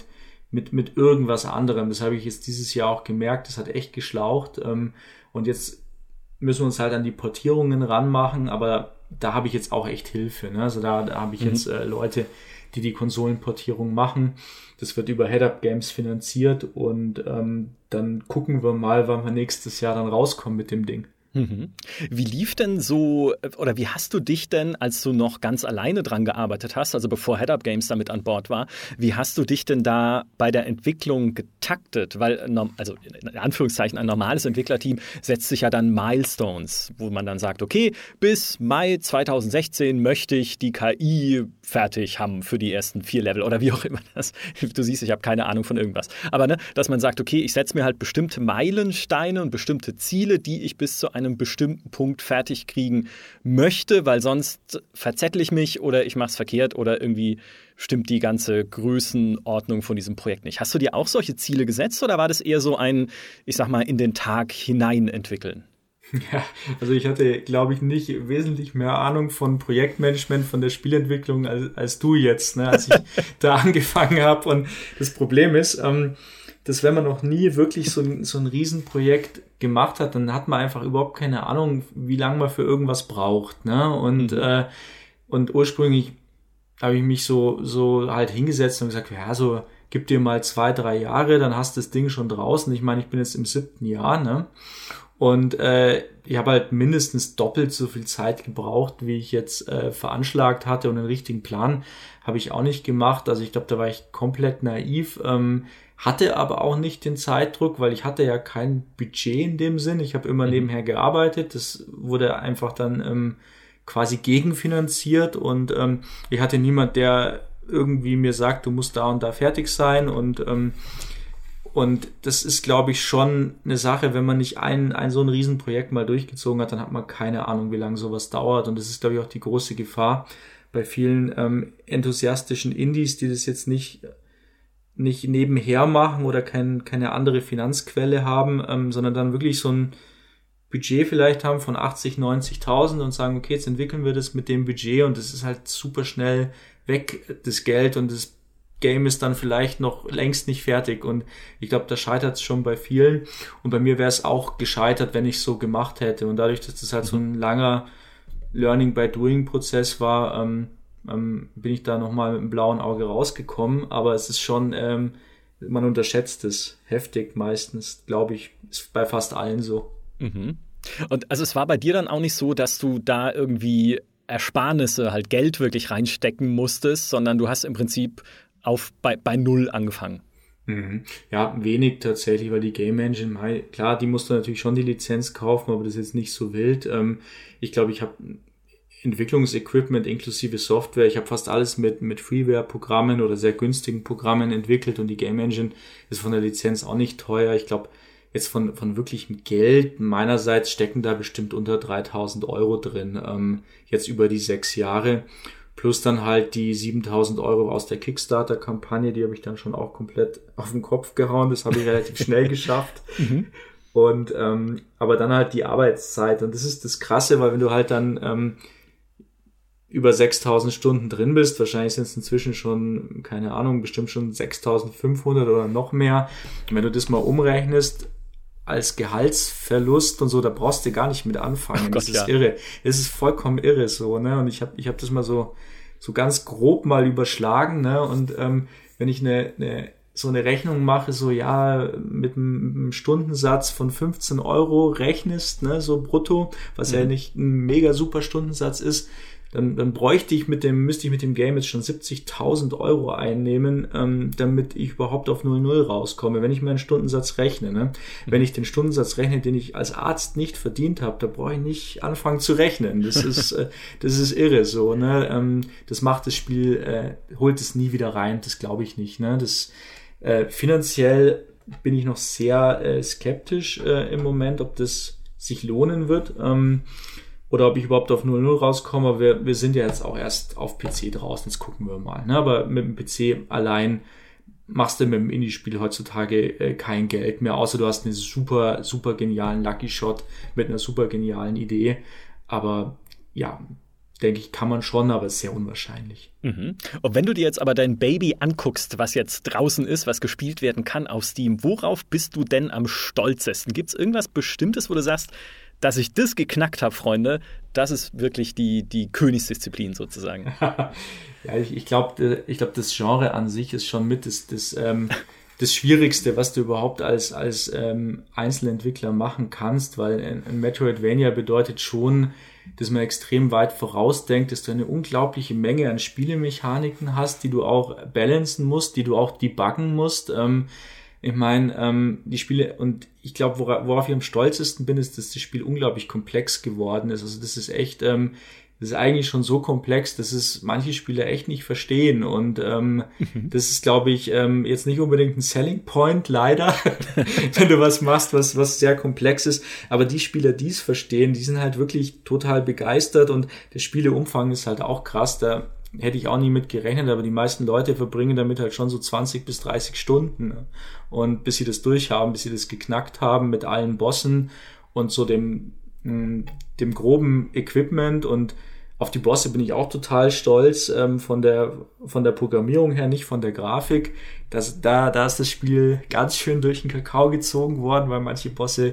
mit, mit irgendwas anderem. Das habe ich jetzt dieses Jahr auch gemerkt. Das hat echt geschlaucht. Ähm, und jetzt müssen wir uns halt an die Portierungen ranmachen, aber da habe ich jetzt auch echt Hilfe. Ne? Also da, da habe ich mhm. jetzt äh, Leute, die die Konsolenportierung machen. Das wird über Head-Up Games finanziert und ähm, dann gucken wir mal, wann wir nächstes Jahr dann rauskommen mit dem Ding. Mhm. Wie lief denn so, oder wie hast du dich denn, als du noch ganz alleine dran gearbeitet hast, also bevor Head-Up Games damit an Bord war, wie hast du dich denn da bei der Entwicklung getaktet? Weil, also in Anführungszeichen, ein normales Entwicklerteam setzt sich ja dann Milestones, wo man dann sagt, okay, bis Mai zwanzig sechzehn möchte ich die K I fertig haben für die ersten vier Level oder wie auch immer das. Du siehst, ich habe keine Ahnung von irgendwas. Aber ne, dass man sagt, okay, ich setze mir halt bestimmte Meilensteine und bestimmte Ziele, die ich bis zu einem bestimmten Punkt fertig kriegen möchte, weil sonst verzettel ich mich oder ich mache es verkehrt oder irgendwie stimmt die ganze Größenordnung von diesem Projekt nicht. Hast du dir auch solche Ziele gesetzt oder war das eher so ein, ich sag mal, in den Tag hinein entwickeln? Ja, also ich hatte, glaube ich, nicht wesentlich mehr Ahnung von Projektmanagement, von der Spielentwicklung als, als du jetzt, ne, als ich da angefangen habe. Und das Problem ist, ähm, dass wenn man noch nie wirklich so ein, so ein Riesenprojekt gemacht hat, dann hat man einfach überhaupt keine Ahnung, wie lange man für irgendwas braucht. Ne? Und, mhm. äh, und ursprünglich habe ich mich so, so halt hingesetzt und gesagt, ja, so gib dir mal zwei, drei Jahre, dann hast du das Ding schon draußen. Ich meine, ich bin jetzt im siebten Jahr, ne? Und äh, ich habe halt mindestens doppelt so viel Zeit gebraucht, wie ich jetzt äh, veranschlagt hatte. Und einen richtigen Plan habe ich auch nicht gemacht. Also ich glaube, da war ich komplett naiv. Ähm, hatte aber auch nicht den Zeitdruck, weil ich hatte ja kein Budget in dem Sinn. Ich habe immer mhm. nebenher gearbeitet. Das wurde einfach dann ähm, quasi gegenfinanziert. Und ähm, ich hatte niemand, der irgendwie mir sagt, du musst da und da fertig sein. Und ähm, Und das ist, glaube ich, schon eine Sache, wenn man nicht ein, ein so ein Riesenprojekt mal durchgezogen hat, dann hat man keine Ahnung, wie lange sowas dauert. Und das ist, glaube ich, auch die große Gefahr bei vielen ähm, enthusiastischen Indies, die das jetzt nicht, nicht nebenher machen oder kein, keine andere Finanzquelle haben, ähm, sondern dann wirklich so ein Budget vielleicht haben von achtzig, neunzigtausend und sagen, okay, jetzt entwickeln wir das mit dem Budget und das ist halt super schnell weg, das Geld, und das Game ist dann vielleicht noch längst nicht fertig, und ich glaube, da scheitert es schon bei vielen, und bei mir wäre es auch gescheitert, wenn ich es so gemacht hätte, und dadurch, dass das halt so ein langer Learning-by-Doing-Prozess war, ähm, ähm, bin ich da nochmal mit einem blauen Auge rausgekommen, aber es ist schon, ähm, man unterschätzt es heftig meistens, glaube ich, ist bei fast allen so. Mhm. Und also es war bei dir dann auch nicht so, dass du da irgendwie Ersparnisse, halt Geld wirklich reinstecken musstest, sondern du hast im Prinzip auf bei, bei Null angefangen. Mhm. Ja, wenig tatsächlich, weil die Game Engine, klar, die musst du natürlich schon die Lizenz kaufen, aber das ist jetzt nicht so wild. Ähm, ich glaube, ich habe Entwicklungsequipment inklusive Software. Ich habe fast alles mit mit Freeware-Programmen oder sehr günstigen Programmen entwickelt, und die Game Engine ist von der Lizenz auch nicht teuer. Ich glaube, jetzt von von wirklichem Geld meinerseits stecken da bestimmt unter dreitausend Euro drin, ähm, jetzt über die sechs Jahre. Plus dann halt die siebentausend Euro aus der Kickstarter-Kampagne, die habe ich dann schon auch komplett auf den Kopf gehauen. Das habe ich relativ schnell geschafft. Mhm. Und ähm, aber dann halt die Arbeitszeit. Und das ist das Krasse, weil wenn du halt dann ähm, über sechstausend Stunden drin bist, wahrscheinlich sind es inzwischen schon, keine Ahnung, bestimmt schon sechstausendfünfhundert oder noch mehr. Und wenn du das mal umrechnest als Gehaltsverlust und so, da brauchst du gar nicht mit anfangen. Oh Gott, das ist ja irre. Das ist vollkommen irre so, ne? Und ich habe ich hab das mal so so ganz grob mal überschlagen, ne? Und ähm, wenn ich eine, eine so eine Rechnung mache, so ja, mit einem Stundensatz von fünfzehn Euro rechnest, ne, so brutto, was mhm. ja nicht ein mega super Stundensatz ist, dann, dann bräuchte ich mit dem, müsste ich mit dem Game jetzt schon siebzigtausend Euro einnehmen, ähm, damit ich überhaupt auf null null rauskomme, wenn ich meinen Stundensatz rechne. Ne? Mhm. Wenn ich den Stundensatz rechne, den ich als Arzt nicht verdient habe, da brauche ich nicht anfangen zu rechnen. Das ist, äh, das ist irre so. Ne? Ähm, das macht das Spiel, äh, holt es nie wieder rein, das glaube ich nicht. Ne? Das äh, finanziell bin ich noch sehr äh, skeptisch äh, im Moment, ob das sich lohnen wird. Ähm, Oder ob ich überhaupt auf null null rauskomme. Aber wir, wir sind ja jetzt auch erst auf P C draußen. Jetzt gucken wir mal. Ne? Aber mit dem P C allein machst du mit dem Indie-Spiel heutzutage äh, kein Geld mehr. Außer du hast einen super, super genialen Lucky Shot mit einer super genialen Idee. Aber ja, denke ich, kann man schon, aber ist sehr unwahrscheinlich. Mhm. Und wenn du dir jetzt aber dein Baby anguckst, was jetzt draußen ist, was gespielt werden kann auf Steam, worauf bist du denn am stolzesten? Gibt es irgendwas Bestimmtes, wo du sagst, dass ich das geknackt habe, Freunde, das ist wirklich die, die Königsdisziplin sozusagen? Ja, ich, ich glaube, ich glaub, das Genre an sich ist schon mit das, das, ähm, das Schwierigste, was du überhaupt als, als ähm, Einzelentwickler machen kannst, weil ein, ein Metroidvania bedeutet schon, dass man extrem weit vorausdenkt, dass du eine unglaubliche Menge an Spielemechaniken hast, die du auch balancen musst, die du auch debuggen musst. Ähm, ich meine, ähm, die Spiele, und ich glaube, wora, worauf ich am stolzesten bin, ist, dass das Spiel unglaublich komplex geworden ist. Also das ist echt, ähm, das ist eigentlich schon so komplex, dass es manche Spieler echt nicht verstehen. Und ähm, mhm. das ist, glaube ich, ähm, jetzt nicht unbedingt ein Selling Point, leider, wenn du was machst, was was sehr komplex ist. Aber die Spieler, die es verstehen, die sind halt wirklich total begeistert. Und der Spieleumfang ist halt auch krass. Da hätte ich auch nie mit gerechnet, aber die meisten Leute verbringen damit halt schon so zwanzig bis dreißig Stunden. Ne? Und bis sie das durchhaben, bis sie das geknackt haben mit allen Bossen und so dem dem groben Equipment, und auf die Bosse bin ich auch total stolz, ähm, von der von der Programmierung her, nicht von der Grafik. Das, da, da ist das Spiel ganz schön durch den Kakao gezogen worden, weil manche Bosse,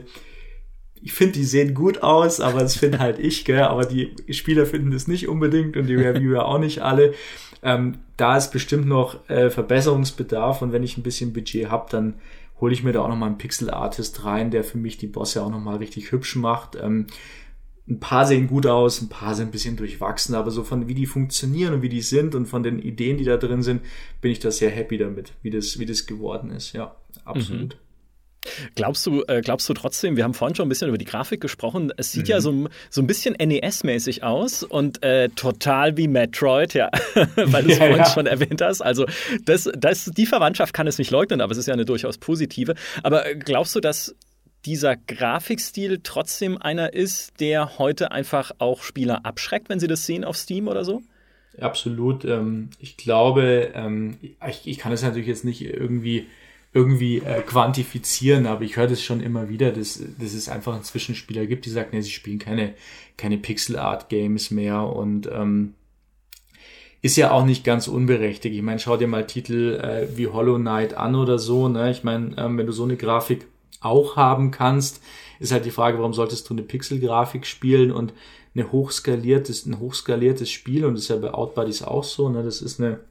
ich finde, die sehen gut aus, aber das finde halt ich, gell, aber die Spieler finden das nicht unbedingt und die Reviewer auch nicht alle. Ähm, da ist bestimmt noch äh, Verbesserungsbedarf, und wenn ich ein bisschen Budget habe, dann hole ich mir da auch nochmal einen Pixel-Artist rein, der für mich die Bosse auch nochmal richtig hübsch macht. Ähm, ein paar sehen gut aus, ein paar sind ein bisschen durchwachsen, aber so von wie die funktionieren und wie die sind und von den Ideen, die da drin sind, bin ich da sehr happy damit, wie das, wie das geworden ist. Ja, absolut. Mhm. Glaubst du, äh, glaubst du trotzdem, wir haben vorhin schon ein bisschen über die Grafik gesprochen, es sieht mhm. ja so, so ein bisschen N E S-mäßig aus und äh, total wie Metroid, ja, weil du es ja, vorhin ja. schon erwähnt hast. Also das, das, die Verwandtschaft kann es nicht leugnen, aber es ist ja eine durchaus positive. Aber glaubst du, dass dieser Grafikstil trotzdem einer ist, der heute einfach auch Spieler abschreckt, wenn sie das sehen auf Steam oder so? Absolut. Ähm, ich glaube, ähm, ich, ich kann es natürlich jetzt nicht irgendwie irgendwie äh, quantifizieren, aber ich höre das schon immer wieder, dass, dass es einfach einen Zwischenspieler gibt, die sagen, nee, sie spielen keine, keine Pixel-Art-Games mehr, und ähm, ist ja auch nicht ganz unberechtigt. Ich meine, schau dir mal Titel äh, wie Hollow Knight an oder so, ne? Ich meine, ähm, wenn du so eine Grafik auch haben kannst, ist halt die Frage, warum solltest du eine Pixel-Grafik spielen und eine hochskaliertes, ein hochskaliertes Spiel, und das ist ja bei Outbodies auch so, ne? Das ist eine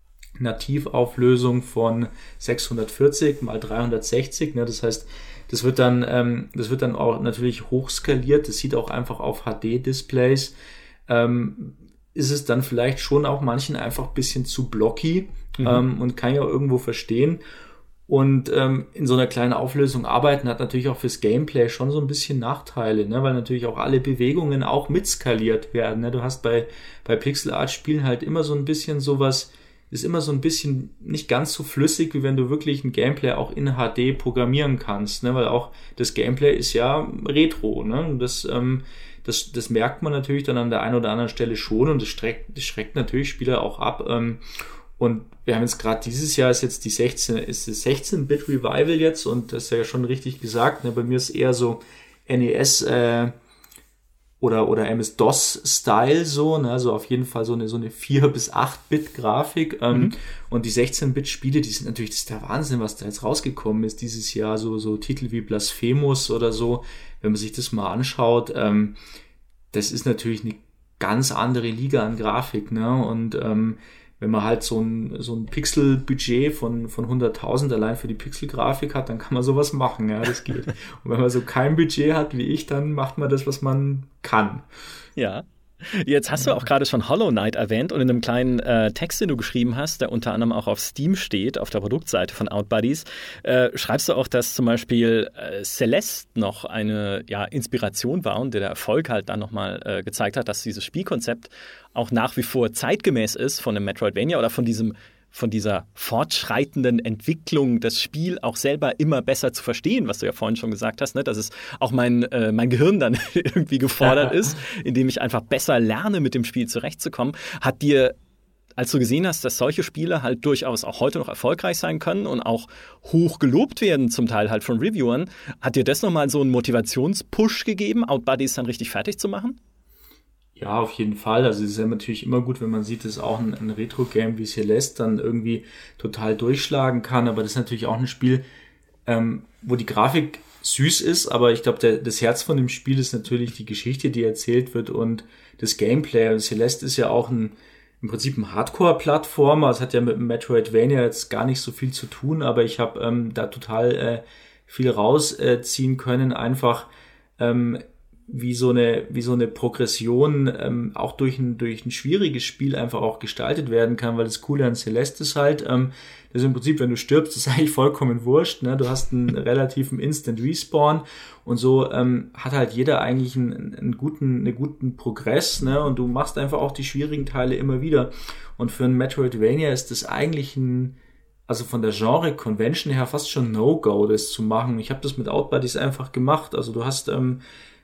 Nativauflösung von sechshundertvierzig mal dreihundertsechzig, ne? Das heißt, das wird dann, ähm, das wird dann auch natürlich hochskaliert. Das sieht auch einfach auf H D-Displays. Ähm, ist es dann vielleicht schon auch manchen einfach ein bisschen zu blocky, mhm. ähm, und kann ja irgendwo verstehen. Und ähm, in so einer kleinen Auflösung arbeiten hat natürlich auch fürs Gameplay schon so ein bisschen Nachteile, ne? Weil natürlich auch alle Bewegungen auch mitskaliert werden. Ne? Du hast bei, bei Pixel-Art-Spielen halt immer so ein bisschen sowas, ist immer so ein bisschen nicht ganz so flüssig, wie wenn du wirklich ein Gameplay auch in H D programmieren kannst, ne? Weil auch das Gameplay ist ja Retro, ne? Und das, ähm, das, das merkt man natürlich dann an der einen oder anderen Stelle schon, und das schreckt, das schreckt natürlich Spieler auch ab. Ähm, und wir haben jetzt gerade dieses Jahr ist jetzt die sechzehn, ist das sechzehn-Bit Revival jetzt, und das ist ja schon richtig gesagt, ne? Bei mir ist eher so N E S, äh, oder oder M S-DOS-Style so, ne, also auf jeden Fall so eine so eine vier bis acht Bit Grafik, ähm, mhm. und die sechzehn-Bit Spiele, die sind natürlich, das ist der Wahnsinn, was da jetzt rausgekommen ist dieses Jahr, so so Titel wie Blasphemous oder so, wenn man sich das mal anschaut, ähm, das ist natürlich eine ganz andere Liga an Grafik, ne, und ähm, wenn man halt so ein, so ein Pixel-Budget von, von hunderttausend allein für die Pixel-Grafik hat, dann kann man sowas machen, ja, das geht. Und wenn man so kein Budget hat wie ich, dann macht man das, was man kann. Ja. Jetzt hast du auch gerade schon Hollow Knight erwähnt, und in einem kleinen äh, Text, den du geschrieben hast, der unter anderem auch auf Steam steht, auf der Produktseite von Outbodies, äh, schreibst du auch, dass zum Beispiel äh, Celeste noch eine ja, Inspiration war und der Erfolg halt dann nochmal äh, gezeigt hat, dass dieses Spielkonzept auch nach wie vor zeitgemäß ist von einem Metroidvania oder von diesem von dieser fortschreitenden Entwicklung, das Spiel auch selber immer besser zu verstehen, was du ja vorhin schon gesagt hast, ne? Dass es auch mein, äh, mein Gehirn dann irgendwie gefordert ist, indem ich einfach besser lerne, mit dem Spiel zurechtzukommen. Hat dir, als du gesehen hast, dass solche Spiele halt durchaus auch heute noch erfolgreich sein können und auch hoch gelobt werden, zum Teil halt von Reviewern, hat dir das nochmal so einen Motivationspush gegeben, Outbodies dann richtig fertig zu machen? Ja, auf jeden Fall. Also es ist ja natürlich immer gut, wenn man sieht, dass auch ein, ein Retro-Game wie Celeste dann irgendwie total durchschlagen kann. Aber das ist natürlich auch ein Spiel, ähm, wo die Grafik süß ist, aber ich glaube, das Herz von dem Spiel ist natürlich die Geschichte, die erzählt wird und das Gameplay. Und Celeste ist ja auch ein, im Prinzip ein Hardcore-Plattformer. Es hat ja mit Metroidvania jetzt gar nicht so viel zu tun, aber ich habe ähm, da total äh, viel rausziehen äh, können, einfach ähm, wie so eine wie so eine Progression ähm, auch durch ein durch ein schwieriges Spiel einfach auch gestaltet werden kann, weil das Coole an Celeste ist halt, ähm, das ist im Prinzip, wenn du stirbst, ist eigentlich vollkommen wurscht, ne? Du hast einen relativen Instant Respawn und so ähm, hat halt jeder eigentlich einen, einen guten einen guten Progress, ne? Und du machst einfach auch die schwierigen Teile immer wieder. Und für ein Metroidvania ist das eigentlich ein, also von der Genre-Convention her fast schon No-Go, das zu machen. Ich habe das mit Outbodies einfach gemacht. Also du hast ähm,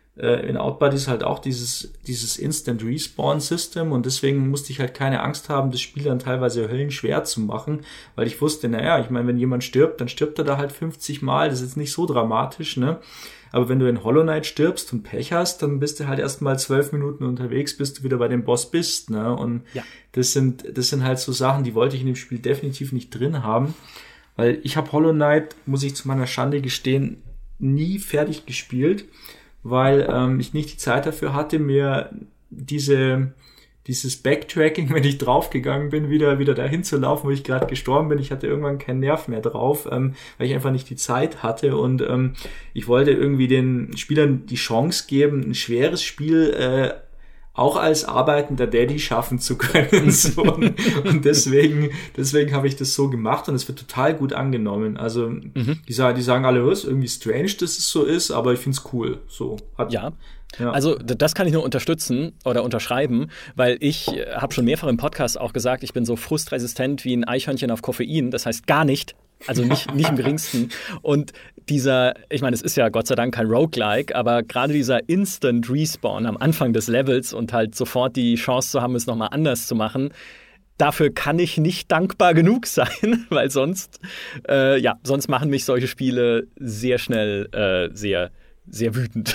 in Outbodies halt auch dieses dieses Instant Respawn System und deswegen musste ich halt keine Angst haben, das Spiel dann teilweise höllenschwer zu machen, weil ich wusste, naja, ich meine, wenn jemand stirbt, dann stirbt er da halt fünfzig Mal, das ist jetzt nicht so dramatisch, ne? Aber wenn du in Hollow Knight stirbst und Pech hast, dann bist du halt erst mal zwölf Minuten unterwegs, bis du wieder bei dem Boss bist, ne? Und ja. das sind das sind halt so Sachen, die wollte ich in dem Spiel definitiv nicht drin haben, weil ich habe Hollow Knight, muss ich zu meiner Schande gestehen, nie fertig gespielt, weil ähm, ich nicht die Zeit dafür hatte, mir diese dieses Backtracking, wenn ich draufgegangen bin, wieder wieder dahin zu laufen, wo ich gerade gestorben bin. Ich hatte irgendwann keinen Nerv mehr drauf, ähm, weil ich einfach nicht die Zeit hatte und ähm, ich wollte irgendwie den Spielern die Chance geben, ein schweres Spiel äh, auch als arbeitender Daddy schaffen zu können. So. Und deswegen, deswegen habe ich das so gemacht und es wird total gut angenommen. Also mhm. die, sagen, die sagen alle, es ist irgendwie strange, dass es so ist, aber ich finde es cool. So. Hat, ja. Ja. Also das kann ich nur unterstützen oder unterschreiben, weil ich habe schon mehrfach im Podcast auch gesagt, ich bin so frustresistent wie ein Eichhörnchen auf Koffein. Das heißt gar nicht. Also nicht, nicht im geringsten. Und dieser, ich meine, es ist ja Gott sei Dank kein Roguelike, aber gerade dieser Instant Respawn am Anfang des Levels und halt sofort die Chance zu haben, es nochmal anders zu machen, dafür kann ich nicht dankbar genug sein, weil sonst, äh, ja, sonst machen mich solche Spiele sehr schnell äh, sehr, sehr wütend.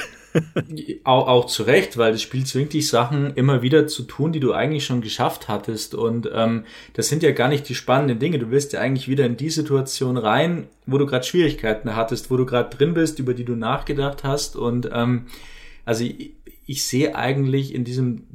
Auch, auch zu Recht, weil das Spiel zwingt dich, Sachen immer wieder zu tun, die du eigentlich schon geschafft hattest. Und ähm, das sind ja gar nicht die spannenden Dinge. Du willst ja eigentlich wieder in die Situation rein, wo du gerade Schwierigkeiten hattest, wo du gerade drin bist, über die du nachgedacht hast. Und ähm, also ich, ich sehe eigentlich in diesem,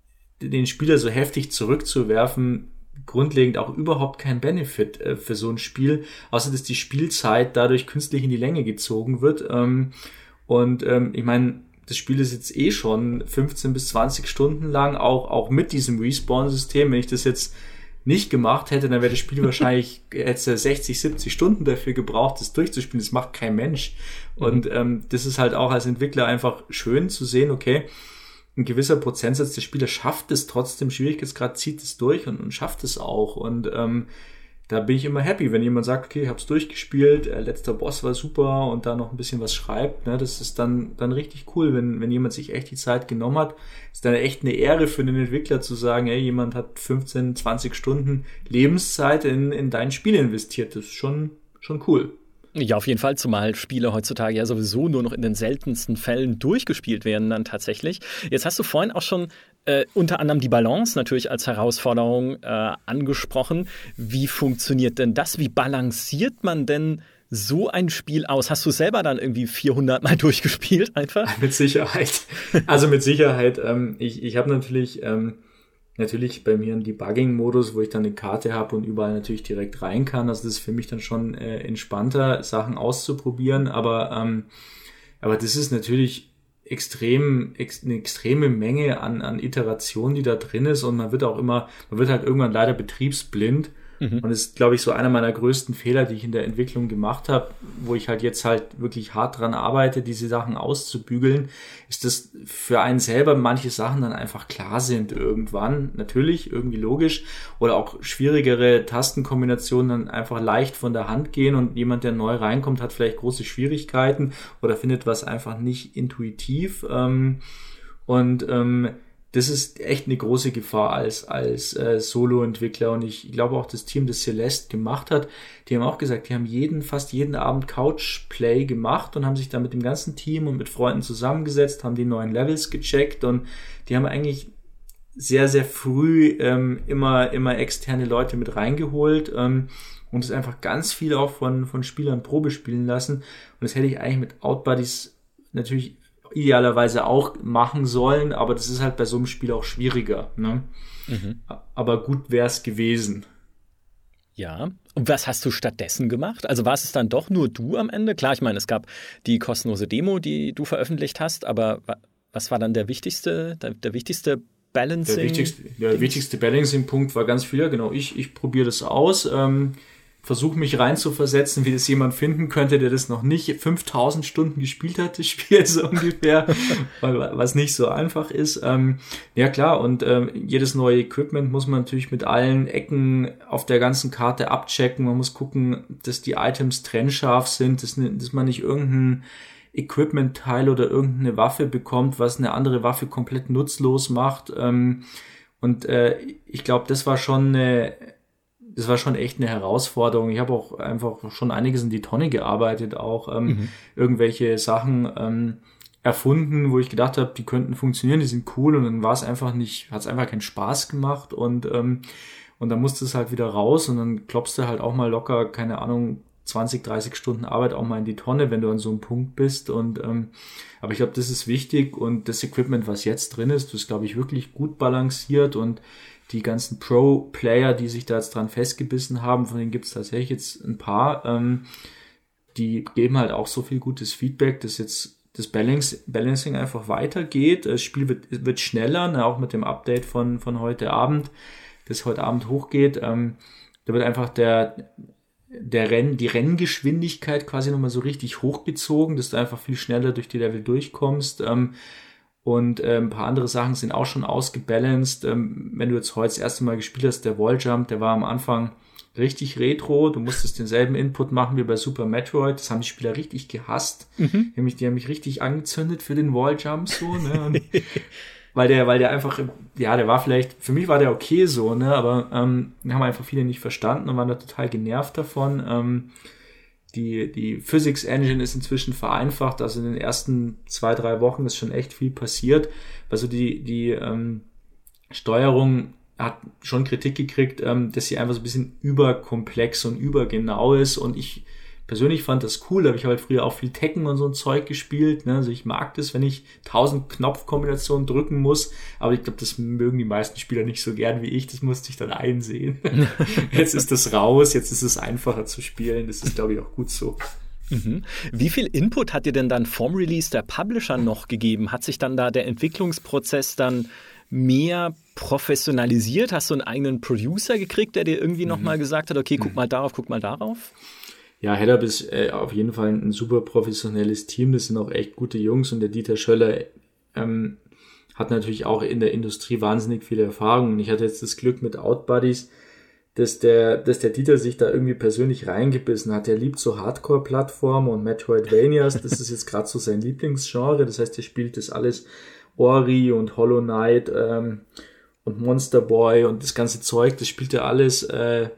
den Spieler so heftig zurückzuwerfen, grundlegend auch überhaupt kein Benefit äh, für so ein Spiel, außer dass die Spielzeit dadurch künstlich in die Länge gezogen wird. Ähm, Und ähm, ich meine, das Spiel ist jetzt eh schon fünfzehn bis zwanzig Stunden lang, auch auch mit diesem Respawn-System. Wenn ich das jetzt nicht gemacht hätte, dann wäre das Spiel wahrscheinlich jetzt sechzig, siebzig Stunden dafür gebraucht, das durchzuspielen. Das macht kein Mensch. Mhm. Und ähm, das ist halt auch als Entwickler einfach schön zu sehen, okay, ein gewisser Prozentsatz der Spieler schafft es trotzdem, Schwierigkeitsgrad zieht es durch und, und schafft es auch. Und ähm, da bin ich immer happy, wenn jemand sagt, okay, ich hab's durchgespielt, äh, letzter Boss war super und da noch ein bisschen was schreibt, ne, das ist dann dann richtig cool, wenn wenn jemand sich echt die Zeit genommen hat. Ist dann echt eine Ehre für den Entwickler zu sagen, ey, jemand hat fünfzehn, zwanzig Stunden Lebenszeit in in dein Spiel investiert. Das ist schon schon cool. Ja, auf jeden Fall, zumal Spiele heutzutage ja sowieso nur noch in den seltensten Fällen durchgespielt werden dann tatsächlich. Jetzt hast du vorhin auch schon äh, unter anderem die Balance natürlich als Herausforderung äh, angesprochen. Wie funktioniert denn das? Wie balanciert man denn so ein Spiel aus? Hast du selber dann irgendwie vierhundert Mal durchgespielt einfach? Mit Sicherheit. Also mit Sicherheit. Ähm, ich ich habe natürlich... Ähm Natürlich bei mir einen Debugging-Modus, wo ich dann eine Karte habe und überall natürlich direkt rein kann. Also das ist für mich dann schon äh, entspannter, Sachen auszuprobieren. Aber ähm, aber das ist natürlich extrem ex, eine extreme Menge an an Iteration, die da drin ist. Und man wird auch immer, man wird halt irgendwann leider betriebsblind. Mhm. Und das ist, glaube ich, so einer meiner größten Fehler, die ich in der Entwicklung gemacht habe, wo ich halt jetzt halt wirklich hart dran arbeite, diese Sachen auszubügeln, ist, dass für einen selber manche Sachen dann einfach klar sind irgendwann, natürlich, irgendwie logisch, oder auch schwierigere Tastenkombinationen dann einfach leicht von der Hand gehen und jemand, der neu reinkommt, hat vielleicht große Schwierigkeiten oder findet was einfach nicht intuitiv. Ähm, und ähm, das ist echt eine große Gefahr als als äh, Solo-Entwickler und ich glaube auch das Team, das Celeste gemacht hat, die haben auch gesagt, die haben jeden fast jeden Abend Couch-Play gemacht und haben sich dann mit dem ganzen Team und mit Freunden zusammengesetzt, haben die neuen Levels gecheckt und die haben eigentlich sehr, sehr früh ähm, immer, immer externe Leute mit reingeholt ähm, und es einfach ganz viel auch von, von Spielern Probe spielen lassen. Und das hätte ich eigentlich mit Outbuddies natürlich idealerweise auch machen sollen, aber das ist halt bei so einem Spiel auch schwieriger. Ne? Mhm. Aber gut wäre es gewesen. Ja, und was hast du stattdessen gemacht? Also war es dann doch nur du am Ende? Klar, ich meine, es gab die kostenlose Demo, die du veröffentlicht hast, aber was war dann der wichtigste, der, der wichtigste Balancing? Der wichtigste, der wichtigste Balancing-Punkt war ganz viel, genau, ich, ich probiere das aus, ähm, versuche mich reinzuversetzen, wie das jemand finden könnte, der das noch nicht fünftausend Stunden gespielt hat, das Spiel so ungefähr, was nicht so einfach ist. Ähm, ja klar, und ähm, jedes neue Equipment muss man natürlich mit allen Ecken auf der ganzen Karte abchecken. Man muss gucken, dass die Items trennscharf sind, dass, ne, dass man nicht irgendein Equipment-Teil oder irgendeine Waffe bekommt, was eine andere Waffe komplett nutzlos macht. Ähm, und äh, ich glaube, das war schon eine Das war schon echt eine Herausforderung. Ich habe auch einfach schon einiges in die Tonne gearbeitet, auch ähm, mhm. irgendwelche Sachen ähm, erfunden, wo ich gedacht habe, die könnten funktionieren, die sind cool, und dann war es einfach nicht, hat es einfach keinen Spaß gemacht, und ähm, und dann musste es halt wieder raus, und dann klopfst du halt auch mal locker, keine Ahnung, zwanzig, dreißig Stunden Arbeit auch mal in die Tonne, wenn du an so einem Punkt bist. Und ähm, aber ich glaube, das ist wichtig, und das Equipment, was jetzt drin ist, das ist, glaube ich, wirklich gut balanciert, und die ganzen Pro-Player, die sich da jetzt dran festgebissen haben, von denen gibt es tatsächlich jetzt ein paar, ähm, die geben halt auch so viel gutes Feedback, dass jetzt das Balance, Balancing einfach weitergeht. Das Spiel wird, wird schneller, ne, auch mit dem Update von, von heute Abend, das heute Abend hochgeht. Ähm, da wird einfach der, der Renn, die Renngeschwindigkeit quasi nochmal so richtig hochgezogen, dass du einfach viel schneller durch die Level durchkommst. Ähm, Und äh, ein paar andere Sachen sind auch schon ausgebalanced. Ähm, wenn du jetzt heute das erste Mal gespielt hast, der Walljump, der war am Anfang richtig retro. Du musstest denselben Input machen wie bei Super Metroid. Das haben die Spieler richtig gehasst. Mhm. Die, haben mich, die haben mich richtig angezündet für den Walljump so, ne? Und weil der, weil der einfach, ja, der war vielleicht, für mich war der okay so, ne? Aber ähm, haben einfach viele nicht verstanden und waren da total genervt davon. Ähm, Die, die Physics Engine ist inzwischen vereinfacht, also in den ersten zwei, drei Wochen ist schon echt viel passiert. Also die, die ähm, Steuerung hat schon Kritik gekriegt, ähm, dass sie einfach so ein bisschen überkomplex und übergenau ist, und ich persönlich fand das cool, da habe ich halt früher auch viel Tekken und so ein Zeug gespielt, ne? Also ich mag das, wenn ich tausend Knopfkombinationen drücken muss, aber ich glaube, das mögen die meisten Spieler nicht so gern wie ich, das musste ich dann einsehen. Jetzt ist das raus, jetzt ist es einfacher zu spielen, das ist, glaube ich, auch gut so. Mhm. Wie viel Input hat dir denn dann vom Release der Publisher noch gegeben? Hat sich dann da der Entwicklungsprozess dann mehr professionalisiert? Hast du einen eigenen Producer gekriegt, der dir irgendwie mhm. nochmal gesagt hat, okay, guck mal darauf, guck mal darauf? Ja, Headup ist äh, auf jeden Fall ein super professionelles Team. Das sind auch echt gute Jungs, und der Dieter Schöller ähm, hat natürlich auch in der Industrie wahnsinnig viele Erfahrungen. Und ich hatte jetzt das Glück mit Outbuddies, dass der, dass der Dieter sich da irgendwie persönlich reingebissen hat. Der liebt so Hardcore-Plattformen und Metroidvanias. Das ist jetzt gerade so sein Lieblingsgenre. Das heißt, er spielt das alles, Ori und Hollow Knight ähm, und Monster Boy und das ganze Zeug. Das spielt er alles äh,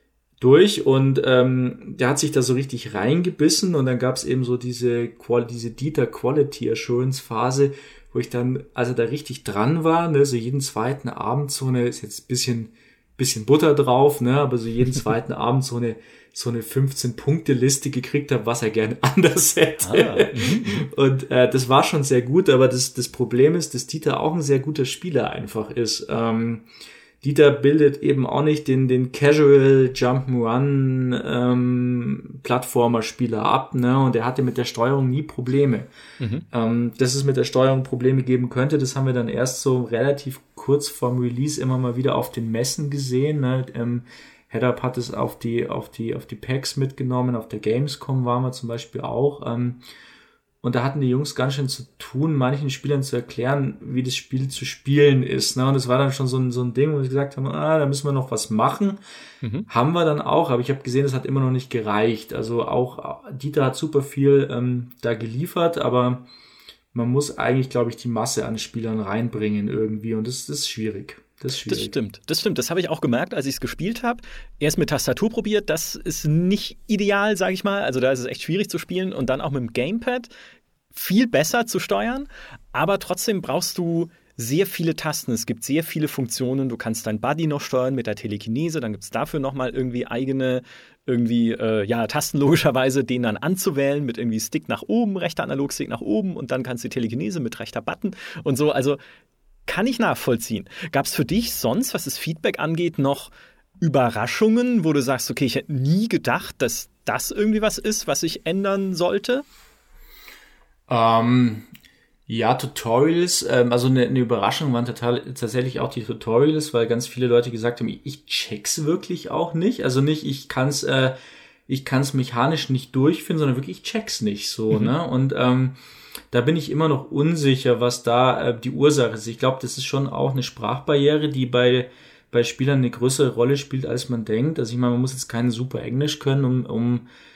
durch, und ähm, der hat sich da so richtig reingebissen, und dann gab es eben so diese diese Dieter Quality Assurance Phase, wo ich dann, also da richtig dran war, ne, so jeden zweiten Abend so eine, ist jetzt ein bisschen bisschen Butter drauf, ne, aber so jeden zweiten Abend so eine so eine fünfzehn-Punkte-Liste gekriegt habe, was er gerne anders hätte. Ah, und äh, das war schon sehr gut, aber das das Problem ist, dass Dieter auch ein sehr guter Spieler einfach ist. Ähm, Dieter bildet eben auch nicht den, den Casual Jump'n'Run ähm, Plattformer-Spieler ab, ne? Und er hatte mit der Steuerung nie Probleme. Mhm. Ähm, dass es mit der Steuerung Probleme geben könnte, das haben wir dann erst so relativ kurz vorm Release immer mal wieder auf den Messen gesehen, ne? Ähm, Headup hat es auf die, auf die, auf die PAX mitgenommen, auf der Gamescom waren wir zum Beispiel auch. Ähm, Und da hatten die Jungs ganz schön zu tun, manchen Spielern zu erklären, wie das Spiel zu spielen ist. Ne? Und es war dann schon so ein, so ein Ding, wo sie gesagt haben, ah, da müssen wir noch was machen. Mhm. Haben wir dann auch, aber ich habe gesehen, das hat immer noch nicht gereicht. Also auch Dieter hat super viel ähm, da geliefert, aber man muss eigentlich, glaube ich, die Masse an Spielern reinbringen irgendwie. Und das, das ist schwierig. Das, ist das stimmt, das stimmt. Das habe ich auch gemerkt, als ich es gespielt habe. Erst mit Tastatur probiert, das ist nicht ideal, sage ich mal. Also da ist es echt schwierig zu spielen. Und dann auch mit dem Gamepad viel besser zu steuern. Aber trotzdem brauchst du sehr viele Tasten, es gibt sehr viele Funktionen. Du kannst dein Buddy noch steuern mit der Telekinese, dann gibt es dafür nochmal irgendwie eigene irgendwie, äh, ja, Tasten logischerweise, den dann anzuwählen mit irgendwie Stick nach oben, rechter Analogstick nach oben und dann kannst du die Telekinese mit rechter Button und so. Also kann ich nachvollziehen. Gab es für dich sonst, was das Feedback angeht, noch Überraschungen, wo du sagst, okay, ich hätte nie gedacht, dass das irgendwie was ist, was ich ändern sollte? Ähm, ja, Tutorials, ähm, also eine, eine Überraschung waren total, tatsächlich auch die Tutorials, weil ganz viele Leute gesagt haben, ich check's wirklich auch nicht. Also nicht, ich kann's, äh, ich kann's mechanisch nicht durchführen, sondern wirklich, ich check's nicht so, mhm. ne? Und ähm, da bin ich immer noch unsicher, was da äh, die Ursache ist. Ich glaube, das ist schon auch eine Sprachbarriere, die bei bei Spielern eine größere Rolle spielt, als man denkt. Also ich meine, man muss jetzt kein super Englisch können, um um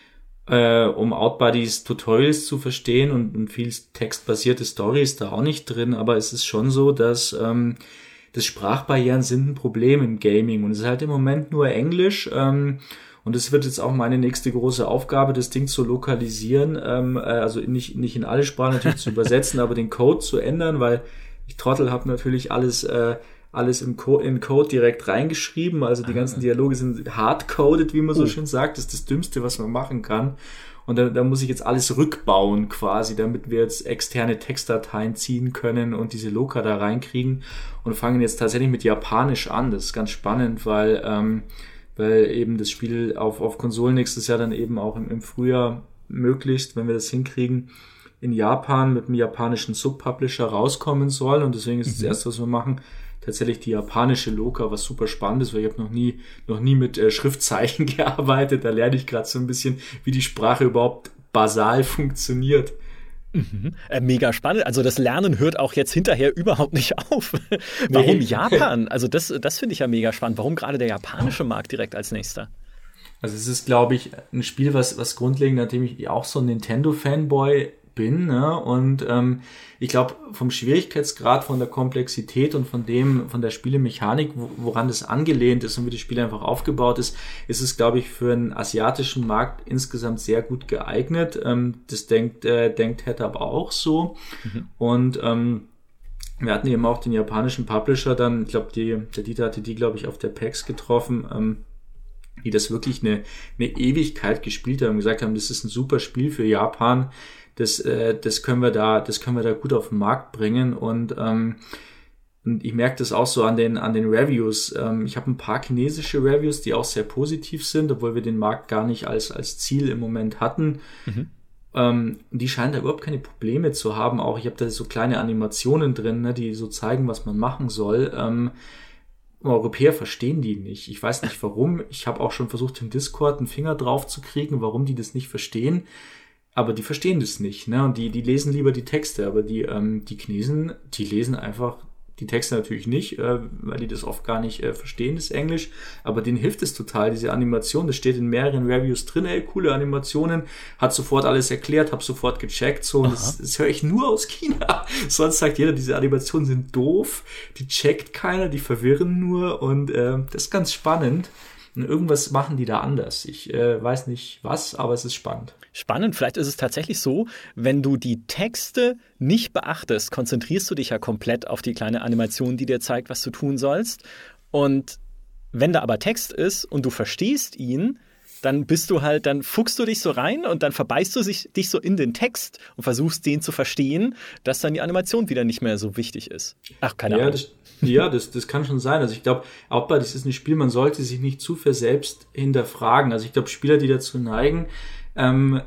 äh, um Outbuddies Tutorials zu verstehen und, und viel textbasierte Story ist da auch nicht drin, aber es ist schon so, dass ähm, das Sprachbarrieren sind ein Problem im Gaming und es ist halt im Moment nur Englisch ähm, und es wird jetzt auch meine nächste große Aufgabe, das Ding zu lokalisieren, ähm, äh, also nicht nicht in alle Sprachen natürlich zu übersetzen, aber den Code zu ändern, weil ich Trottel habe natürlich alles äh, alles im Co- in Code direkt reingeschrieben, also die ganzen Dialoge sind hardcoded, wie man so oh. schön sagt, das ist das Dümmste, was man machen kann. Und da, da muss ich jetzt alles rückbauen quasi, damit wir jetzt externe Textdateien ziehen können und diese Loka da reinkriegen und fangen jetzt tatsächlich mit Japanisch an. Das ist ganz spannend, weil ähm, weil eben das Spiel auf auf Konsolen nächstes Jahr dann eben auch im, im Frühjahr möglichst, wenn wir das hinkriegen, in Japan mit einem japanischen Subpublisher rauskommen soll. Und deswegen ist mhm. das Erste, was wir machen, tatsächlich die japanische Loka, was super spannend ist, weil ich habe noch nie noch nie mit äh, Schriftzeichen gearbeitet. Da lerne ich gerade so ein bisschen, wie die Sprache überhaupt basal funktioniert. Mhm. Äh, mega spannend. Also das Lernen hört auch jetzt hinterher überhaupt nicht auf. Warum nee. Japan? Also das, das finde ich ja mega spannend. Warum gerade der japanische Markt direkt als nächster? Also es ist, glaube ich, ein Spiel, was was grundlegend, nachdem ich auch so ein Nintendo-Fanboy bin, ne? Und ähm, ich glaube, vom Schwierigkeitsgrad, von der Komplexität und von dem, von der Spielemechanik, woran das angelehnt ist und wie das Spiel einfach aufgebaut ist, ist es, glaube ich, für einen asiatischen Markt insgesamt sehr gut geeignet. Ähm, das denkt, äh, denkt Head aber auch so. Mhm. Und ähm, wir hatten eben auch den japanischen Publisher dann, ich glaube, die, der Dieter hatte die, glaube ich, auf der PAX getroffen, ähm, die das wirklich eine, eine Ewigkeit gespielt haben, gesagt haben, das ist ein super Spiel für Japan. Das, äh, das können wir da, das können wir da gut auf den Markt bringen und, ähm, und ich merke das auch so an den an den Reviews. Ähm, ich habe ein paar chinesische Reviews, die auch sehr positiv sind, obwohl wir den Markt gar nicht als als Ziel im Moment hatten. Mhm. Ähm, die scheinen da überhaupt keine Probleme zu haben. Auch ich habe da so kleine Animationen drin, ne, die so zeigen, was man machen soll. Ähm, Europäer verstehen die nicht. Ich weiß nicht warum. Ich habe auch schon versucht, im Discord einen Finger drauf zu kriegen, warum die das nicht verstehen. Aber die verstehen das nicht, ne? Und die, die lesen lieber die Texte, aber die, ähm, die Chinesen, die lesen einfach die Texte natürlich nicht, äh, weil die das oft gar nicht äh, verstehen, das Englisch. Aber denen hilft es total, diese Animation. Das steht in mehreren Reviews drin, ey, coole Animationen, hat sofort alles erklärt, hab sofort gecheckt, so. Und das, das höre ich nur aus China. Sonst sagt jeder, diese Animationen sind doof, die checkt keiner, die verwirren nur und äh, das ist ganz spannend. Und irgendwas machen die da anders. Ich äh, weiß nicht was, aber es ist spannend. Spannend. Vielleicht ist es tatsächlich so, wenn du die Texte nicht beachtest, konzentrierst du dich ja komplett auf die kleine Animation, die dir zeigt, was du tun sollst. Und wenn da aber Text ist und du verstehst ihn, dann bist du halt, dann fuchst du dich so rein und dann verbeißt du dich, dich so in den Text und versuchst, den zu verstehen, dass dann die Animation wieder nicht mehr so wichtig ist. Ach, keine ja, Ahnung. Das, ja, das, das kann schon sein. Also ich glaube, Outbuddy, das ist ein Spiel, man sollte sich nicht zu viel selbst hinterfragen. Also ich glaube, Spieler, die dazu neigen, ähm,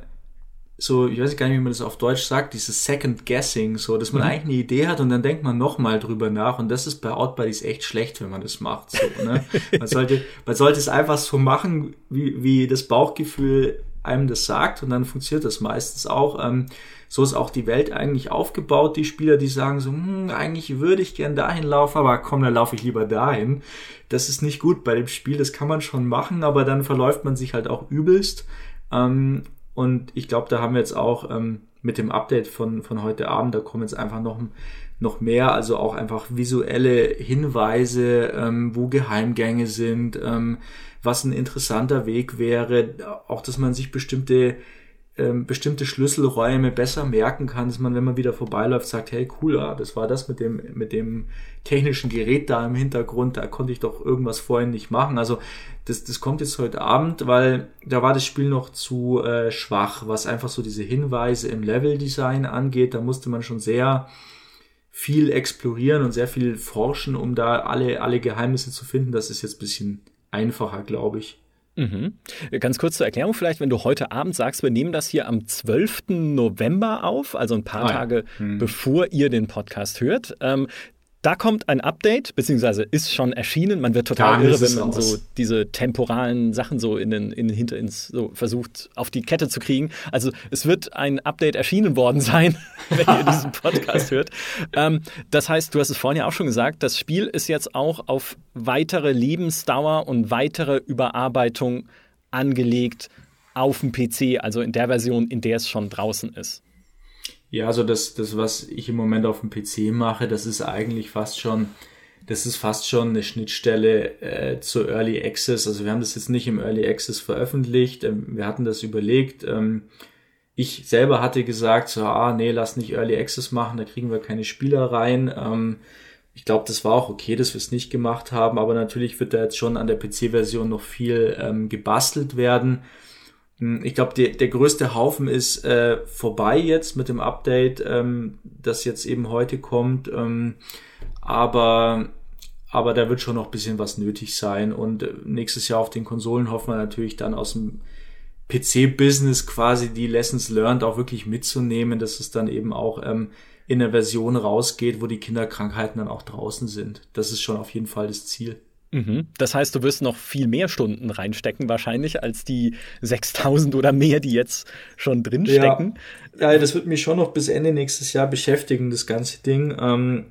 so, ich weiß gar nicht, wie man das auf Deutsch sagt, dieses Second Guessing, so, dass man mhm. eigentlich eine Idee hat und dann denkt man nochmal drüber nach und das ist bei Outbuddies echt schlecht, wenn man das macht, so, ne? Man sollte, man sollte es einfach so machen, wie, wie das Bauchgefühl einem das sagt und dann funktioniert das meistens auch. Ähm, so ist auch die Welt eigentlich aufgebaut, die Spieler, die sagen so, hm, eigentlich würde ich gern dahin laufen, aber komm, dann laufe ich lieber dahin. Das ist nicht gut bei dem Spiel, das kann man schon machen, aber dann verläuft man sich halt auch übelst. Ähm, Und ich glaube, da haben wir jetzt auch ähm, mit dem Update von von heute Abend, da kommen jetzt einfach noch noch mehr, also auch einfach visuelle Hinweise, ähm, wo Geheimgänge sind, ähm, was ein interessanter Weg wäre, auch dass man sich bestimmte ähm, bestimmte Schlüsselräume besser merken kann, dass man, wenn man wieder vorbeiläuft, sagt, hey, cool, ja, das war das mit dem, mit dem technischen Gerät da im Hintergrund, da konnte ich doch irgendwas vorhin nicht machen. Also das, das kommt jetzt heute Abend, weil da war das Spiel noch zu äh, schwach, was einfach so diese Hinweise im Leveldesign angeht. Da musste man schon sehr viel explorieren und sehr viel forschen, um da alle, alle Geheimnisse zu finden. Das ist jetzt ein bisschen einfacher, glaube ich. Mhm. Ganz kurz zur Erklärung vielleicht, wenn du heute Abend sagst, wir nehmen das hier am zwölften November auf, also ein paar ah, Tage ja. hm. bevor ihr den Podcast hört. Ähm, da kommt ein Update, beziehungsweise ist schon erschienen. Man wird total irre, wenn man so diese temporalen Sachen so in den, in den hinter ins so versucht auf die Kette zu kriegen. Also es wird ein Update erschienen worden sein, wenn ihr diesen Podcast hört. Ähm, das heißt, du hast es vorhin ja auch schon gesagt, das Spiel ist jetzt auch auf weitere Lebensdauer und weitere Überarbeitung angelegt auf dem P C, also in der Version, in der es schon draußen ist. Ja, also das, das, was ich im Moment auf dem P C mache, das ist eigentlich fast schon, das ist fast schon eine Schnittstelle äh, zu Early Access. Also wir haben das jetzt nicht im Early Access veröffentlicht. Ähm, wir hatten das überlegt. Ähm, ich selber hatte gesagt, so, ah, nee, lass nicht Early Access machen, da kriegen wir keine Spieler rein. Ähm, ich glaube, das war auch okay, dass wir es nicht gemacht haben, aber natürlich wird da jetzt schon an der P C-Version noch viel ähm, gebastelt werden. Ich glaube, der, der größte Haufen ist äh, vorbei jetzt mit dem Update, ähm, das jetzt eben heute kommt. Ähm, aber, aber da wird schon noch ein bisschen was nötig sein. Und äh, nächstes Jahr auf den Konsolen hoffen wir natürlich dann aus dem P C-Business quasi die Lessons learned auch wirklich mitzunehmen, dass es dann eben auch ähm, in der Version rausgeht, wo die Kinderkrankheiten dann auch draußen sind. Das ist schon auf jeden Fall das Ziel. Mhm. Das heißt, du wirst noch viel mehr Stunden reinstecken wahrscheinlich als die sechstausend oder mehr, die jetzt schon drinstecken. Ja. ja, das wird mich schon noch bis Ende nächstes Jahr beschäftigen, das ganze Ding. Ähm,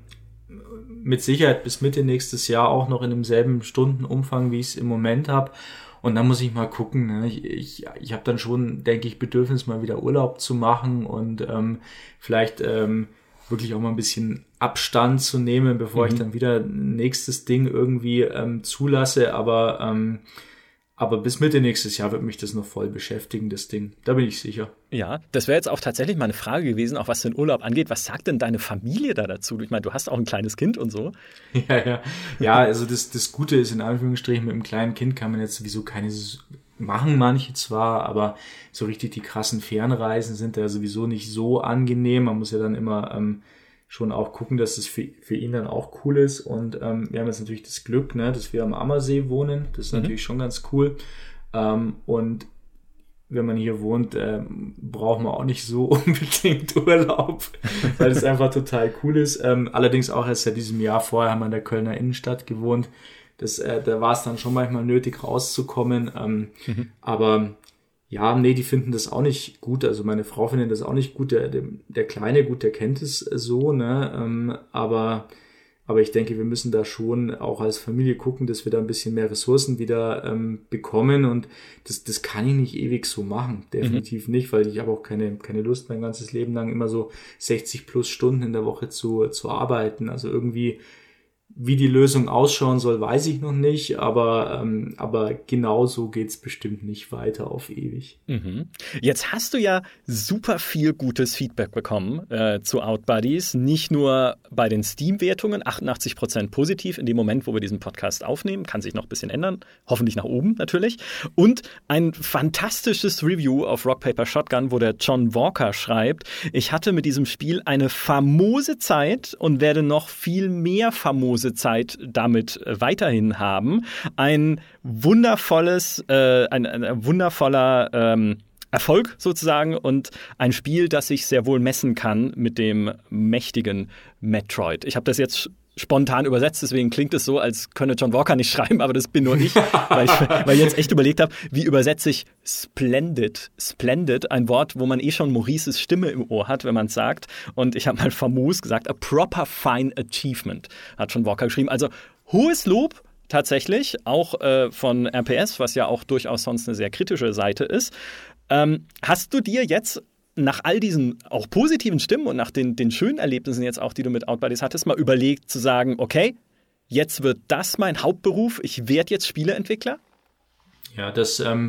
mit Sicherheit bis Mitte nächstes Jahr auch noch in demselben Stundenumfang, wie ich es im Moment habe. Und dann muss ich mal gucken. Ne? Ich, ich, ich habe dann schon, denke ich, Bedürfnis, mal wieder Urlaub zu machen und ähm, vielleicht ähm, wirklich auch mal ein bisschen Abstand zu nehmen, bevor mhm. ich dann wieder nächstes Ding irgendwie ähm, zulasse. Aber, ähm, aber bis Mitte nächstes Jahr wird mich das noch voll beschäftigen, das Ding. Da bin ich sicher. Ja, das wäre jetzt auch tatsächlich mal eine Frage gewesen, auch was den Urlaub angeht. Was sagt denn deine Familie da dazu? Ich meine, du hast auch ein kleines Kind und so. Ja, ja. Ja, also das, das Gute ist, in Anführungsstrichen, mit einem kleinen Kind kann man jetzt sowieso keine machen manche zwar, aber so richtig die krassen Fernreisen sind da sowieso nicht so angenehm. Man muss ja dann immer ähm, schon auch gucken, dass es für, für ihn dann auch cool ist. Und ähm, wir haben jetzt natürlich das Glück, ne, dass wir am Ammersee wohnen. Das ist mhm. natürlich schon ganz cool. Ähm, und wenn man hier wohnt, ähm, braucht man auch nicht so unbedingt Urlaub, weil es einfach total cool ist. Ähm, allerdings auch erst seit diesem Jahr vorher haben wir in der Kölner Innenstadt gewohnt. Das, äh, da war es dann schon manchmal nötig, rauszukommen. Ähm, mhm. Aber ja, nee, die finden das auch nicht gut. Also meine Frau findet das auch nicht gut. Der, der, der Kleine, gut, der kennt es so, ne? Ähm, aber, aber ich denke, wir müssen da schon auch als Familie gucken, dass wir da ein bisschen mehr Ressourcen wieder ähm, bekommen. Und das, das kann ich nicht ewig so machen. Definitiv mhm. nicht, weil ich habe auch keine, keine Lust, mein ganzes Leben lang immer so sechzig plus Stunden in der Woche zu, zu arbeiten. Also irgendwie, wie die Lösung ausschauen soll, weiß ich noch nicht, aber, ähm, aber genau so geht's bestimmt nicht weiter auf ewig. Mhm. Jetzt hast du ja super viel gutes Feedback bekommen äh, zu Outbuddies, nicht nur bei den Steam-Wertungen, achtundachtzig Prozent positiv in dem Moment, wo wir diesen Podcast aufnehmen, kann sich noch ein bisschen ändern, hoffentlich nach oben natürlich, und ein fantastisches Review auf Rock Paper Shotgun, wo der John Walker schreibt, ich hatte mit diesem Spiel eine famose Zeit und werde noch viel mehr famose Zeit damit weiterhin haben. Ein wundervolles, äh, ein, ein wundervoller ähm, Erfolg sozusagen und ein Spiel, das sich sehr wohl messen kann mit dem mächtigen Metroid. Ich habe das jetzt spontan übersetzt, deswegen klingt es so, als könne John Walker nicht schreiben, aber das bin nur ich, weil ich, weil ich jetzt echt überlegt habe, wie übersetze ich Splendid? Splendid, ein Wort, wo man eh schon Maurices Stimme im Ohr hat, wenn man es sagt. Und ich habe mal famos gesagt, a proper fine achievement, hat John Walker geschrieben. Also hohes Lob tatsächlich, auch äh, von R P S, was ja auch durchaus sonst eine sehr kritische Seite ist. Ähm, hast du dir jetzt nach all diesen auch positiven Stimmen und nach den, den schönen Erlebnissen jetzt auch, die du mit Outbuddies hattest, mal überlegt zu sagen, okay, jetzt wird das mein Hauptberuf, ich werde jetzt Spieleentwickler? Ja, das, ähm,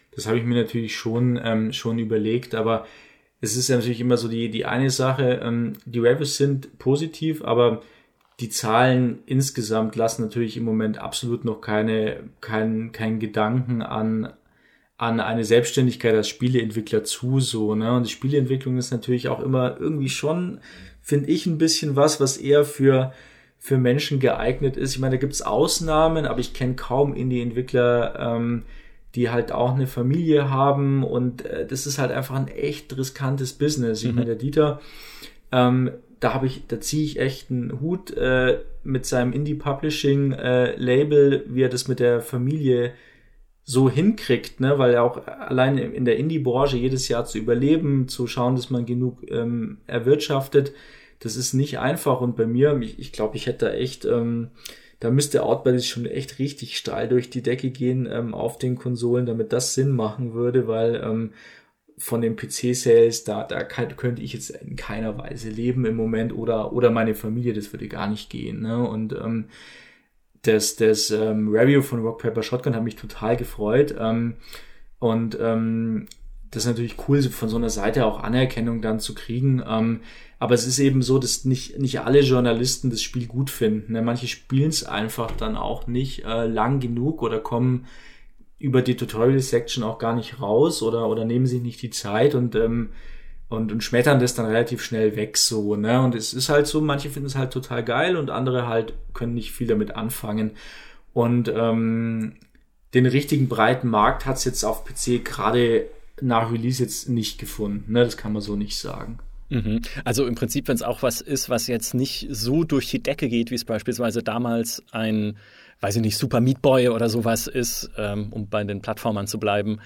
das habe ich mir natürlich schon, ähm, schon überlegt, aber es ist ja natürlich immer so die, die eine Sache, ähm, die Reviews sind positiv, aber die Zahlen insgesamt lassen natürlich im Moment absolut noch keine, kein, kein Gedanken an, an eine Selbstständigkeit als Spieleentwickler zu, so, ne, und die Spieleentwicklung ist natürlich auch immer irgendwie schon, finde ich, ein bisschen was, was eher für, für Menschen geeignet ist. Ich meine, da gibt's Ausnahmen, aber ich kenne kaum Indie-Entwickler, ähm, die halt auch eine Familie haben und äh, das ist halt einfach ein echt riskantes Business. Ich mhm. meine, der Dieter, ähm, da habe ich, da ziehe ich echt einen Hut äh, mit seinem Indie-Publishing-Label, äh, wie er das mit der Familie so hinkriegt, ne, weil er auch allein in der Indie-Branche jedes Jahr zu überleben, zu schauen, dass man genug ähm, erwirtschaftet, das ist nicht einfach. Und bei mir, ich, ich glaube, ich hätte da echt, ähm, da müsste Outbuddies schon echt richtig steil durch die Decke gehen ähm, auf den Konsolen, damit das Sinn machen würde, weil ähm, von den P C-Sales, da, da kann, könnte ich jetzt in keiner Weise leben im Moment oder oder meine Familie, das würde gar nicht gehen. Ne? Und ähm, das, das ähm, Review von Rock Paper Shotgun hat mich total gefreut. Ähm, und ähm, das ist natürlich cool, von so einer Seite auch Anerkennung dann zu kriegen. Ähm, aber es ist eben so, dass nicht nicht alle Journalisten das Spiel gut finden. Ne? Manche spielen es einfach dann auch nicht äh, lang genug oder kommen über die Tutorial-Section auch gar nicht raus oder oder nehmen sich nicht die Zeit und ähm, und und schmettern das dann relativ schnell weg so, ne? Und es ist halt so, manche finden es halt total geil und andere halt können nicht viel damit anfangen. Und ähm, den richtigen breiten Markt hat's jetzt auf P C gerade nach Release jetzt nicht gefunden, ne? Das kann man so nicht sagen. Mhm. Also im Prinzip, wenn es auch was ist, was jetzt nicht so durch die Decke geht, wie es beispielsweise damals ein, weiß ich nicht, Super Meat Boy oder sowas ist, ähm, um bei den Plattformern zu bleiben,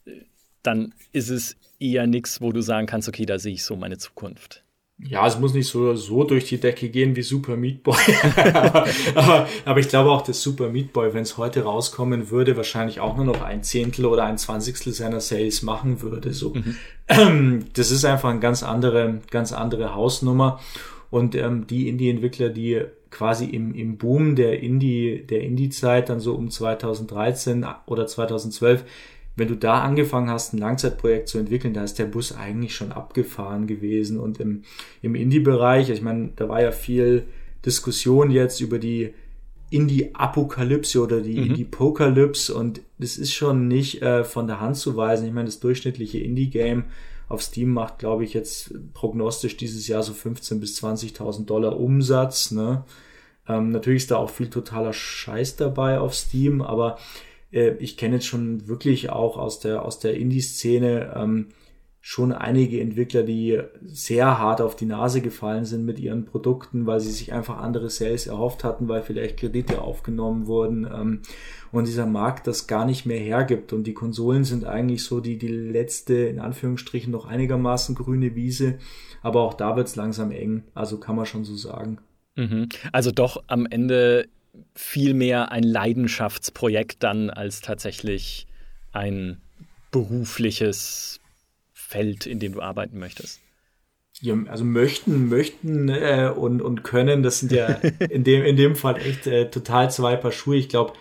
dann ist es eher nichts, wo du sagen kannst, okay, da sehe ich so meine Zukunft. Ja, es muss nicht so, so durch die Decke gehen wie Super Meat Boy. aber, aber, aber ich glaube auch, dass Super Meat Boy, wenn es heute rauskommen würde, wahrscheinlich auch nur noch ein Zehntel oder ein Zwanzigstel seiner Sales machen würde. So, mhm. Das ist einfach eine ganz andere, ganz andere Hausnummer. Und ähm, die Indie-Entwickler, die quasi im, im Boom der Indie, der Indie-Zeit dann so um zweitausenddreizehn oder zweitausendzwölf, wenn du da angefangen hast, ein Langzeitprojekt zu entwickeln, da ist der Bus eigentlich schon abgefahren gewesen. Und im, im Indie-Bereich, ich meine, da war ja viel Diskussion jetzt über die Indie-Apokalypse oder die mhm. Indie-Pokalypse und das ist schon nicht äh, von der Hand zu weisen. Ich meine, das durchschnittliche Indie-Game auf Steam macht, glaube ich, jetzt prognostisch dieses Jahr so fünfzehntausend bis zwanzigtausend Dollar Umsatz. Ne? Ähm, natürlich ist da auch viel totaler Scheiß dabei auf Steam, aber ich kenne jetzt schon wirklich auch aus der aus der Indie-Szene ähm, schon einige Entwickler, die sehr hart auf die Nase gefallen sind mit ihren Produkten, weil sie sich einfach andere Sales erhofft hatten, weil vielleicht Kredite aufgenommen wurden ähm, und dieser Markt das gar nicht mehr hergibt. Und die Konsolen sind eigentlich so die die letzte, in Anführungsstrichen, noch einigermaßen grüne Wiese, aber auch da wird's langsam eng, also kann man schon so sagen. Mhm. Also doch am Ende viel mehr ein Leidenschaftsprojekt dann als tatsächlich ein berufliches Feld, in dem du arbeiten möchtest. Ja, also möchten, möchten äh, und und können, das sind ja in dem in dem Fall echt äh, total zwei Paar Schuhe. Ich glaube,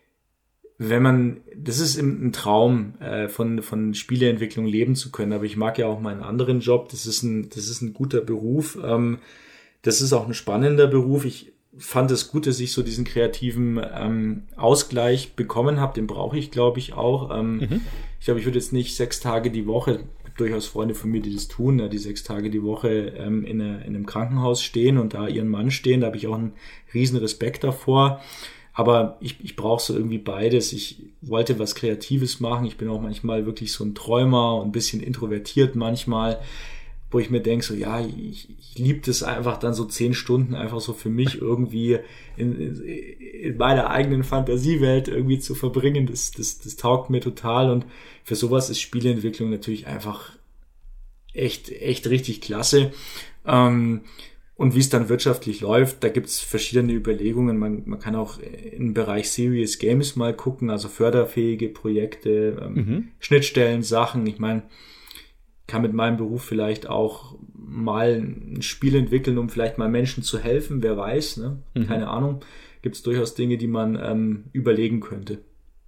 wenn man, das ist ein Traum, äh, von von Spieleentwicklung leben zu können. Aber ich mag ja auch meinen anderen Job. Das ist ein das ist ein guter Beruf. Ähm, das ist auch ein spannender Beruf. Ich fand es gut, dass ich so diesen kreativen ähm, Ausgleich bekommen habe. Den brauche ich, glaube ich, auch. Ähm, mhm. Ich glaube, ich würde jetzt nicht sechs Tage die Woche, durchaus Freunde von mir, die das tun, ja, die sechs Tage die Woche ähm, in, eine, in einem Krankenhaus stehen und da ihren Mann stehen. Da habe ich auch einen riesen Respekt davor. Aber ich, ich brauche so irgendwie beides. Ich wollte was Kreatives machen. Ich bin auch manchmal wirklich so ein Träumer und ein bisschen introvertiert manchmal, wo ich mir denke, so ja, ich, ich liebe das einfach dann so zehn Stunden einfach so für mich irgendwie in, in, in meiner eigenen Fantasiewelt irgendwie zu verbringen. Das, das, das taugt mir total und für sowas ist Spieleentwicklung natürlich einfach echt, echt richtig klasse. Ähm, und wie es dann wirtschaftlich läuft, da gibt's verschiedene Überlegungen. Man, man kann auch im Bereich Serious Games mal gucken, also förderfähige Projekte, ähm, mhm. Schnittstellen, Sachen. Ich meine, kann mit meinem Beruf vielleicht auch mal ein Spiel entwickeln, um vielleicht mal Menschen zu helfen, wer weiß, ne? Mhm. Keine Ahnung. Gibt es durchaus Dinge, die man ähm, überlegen könnte.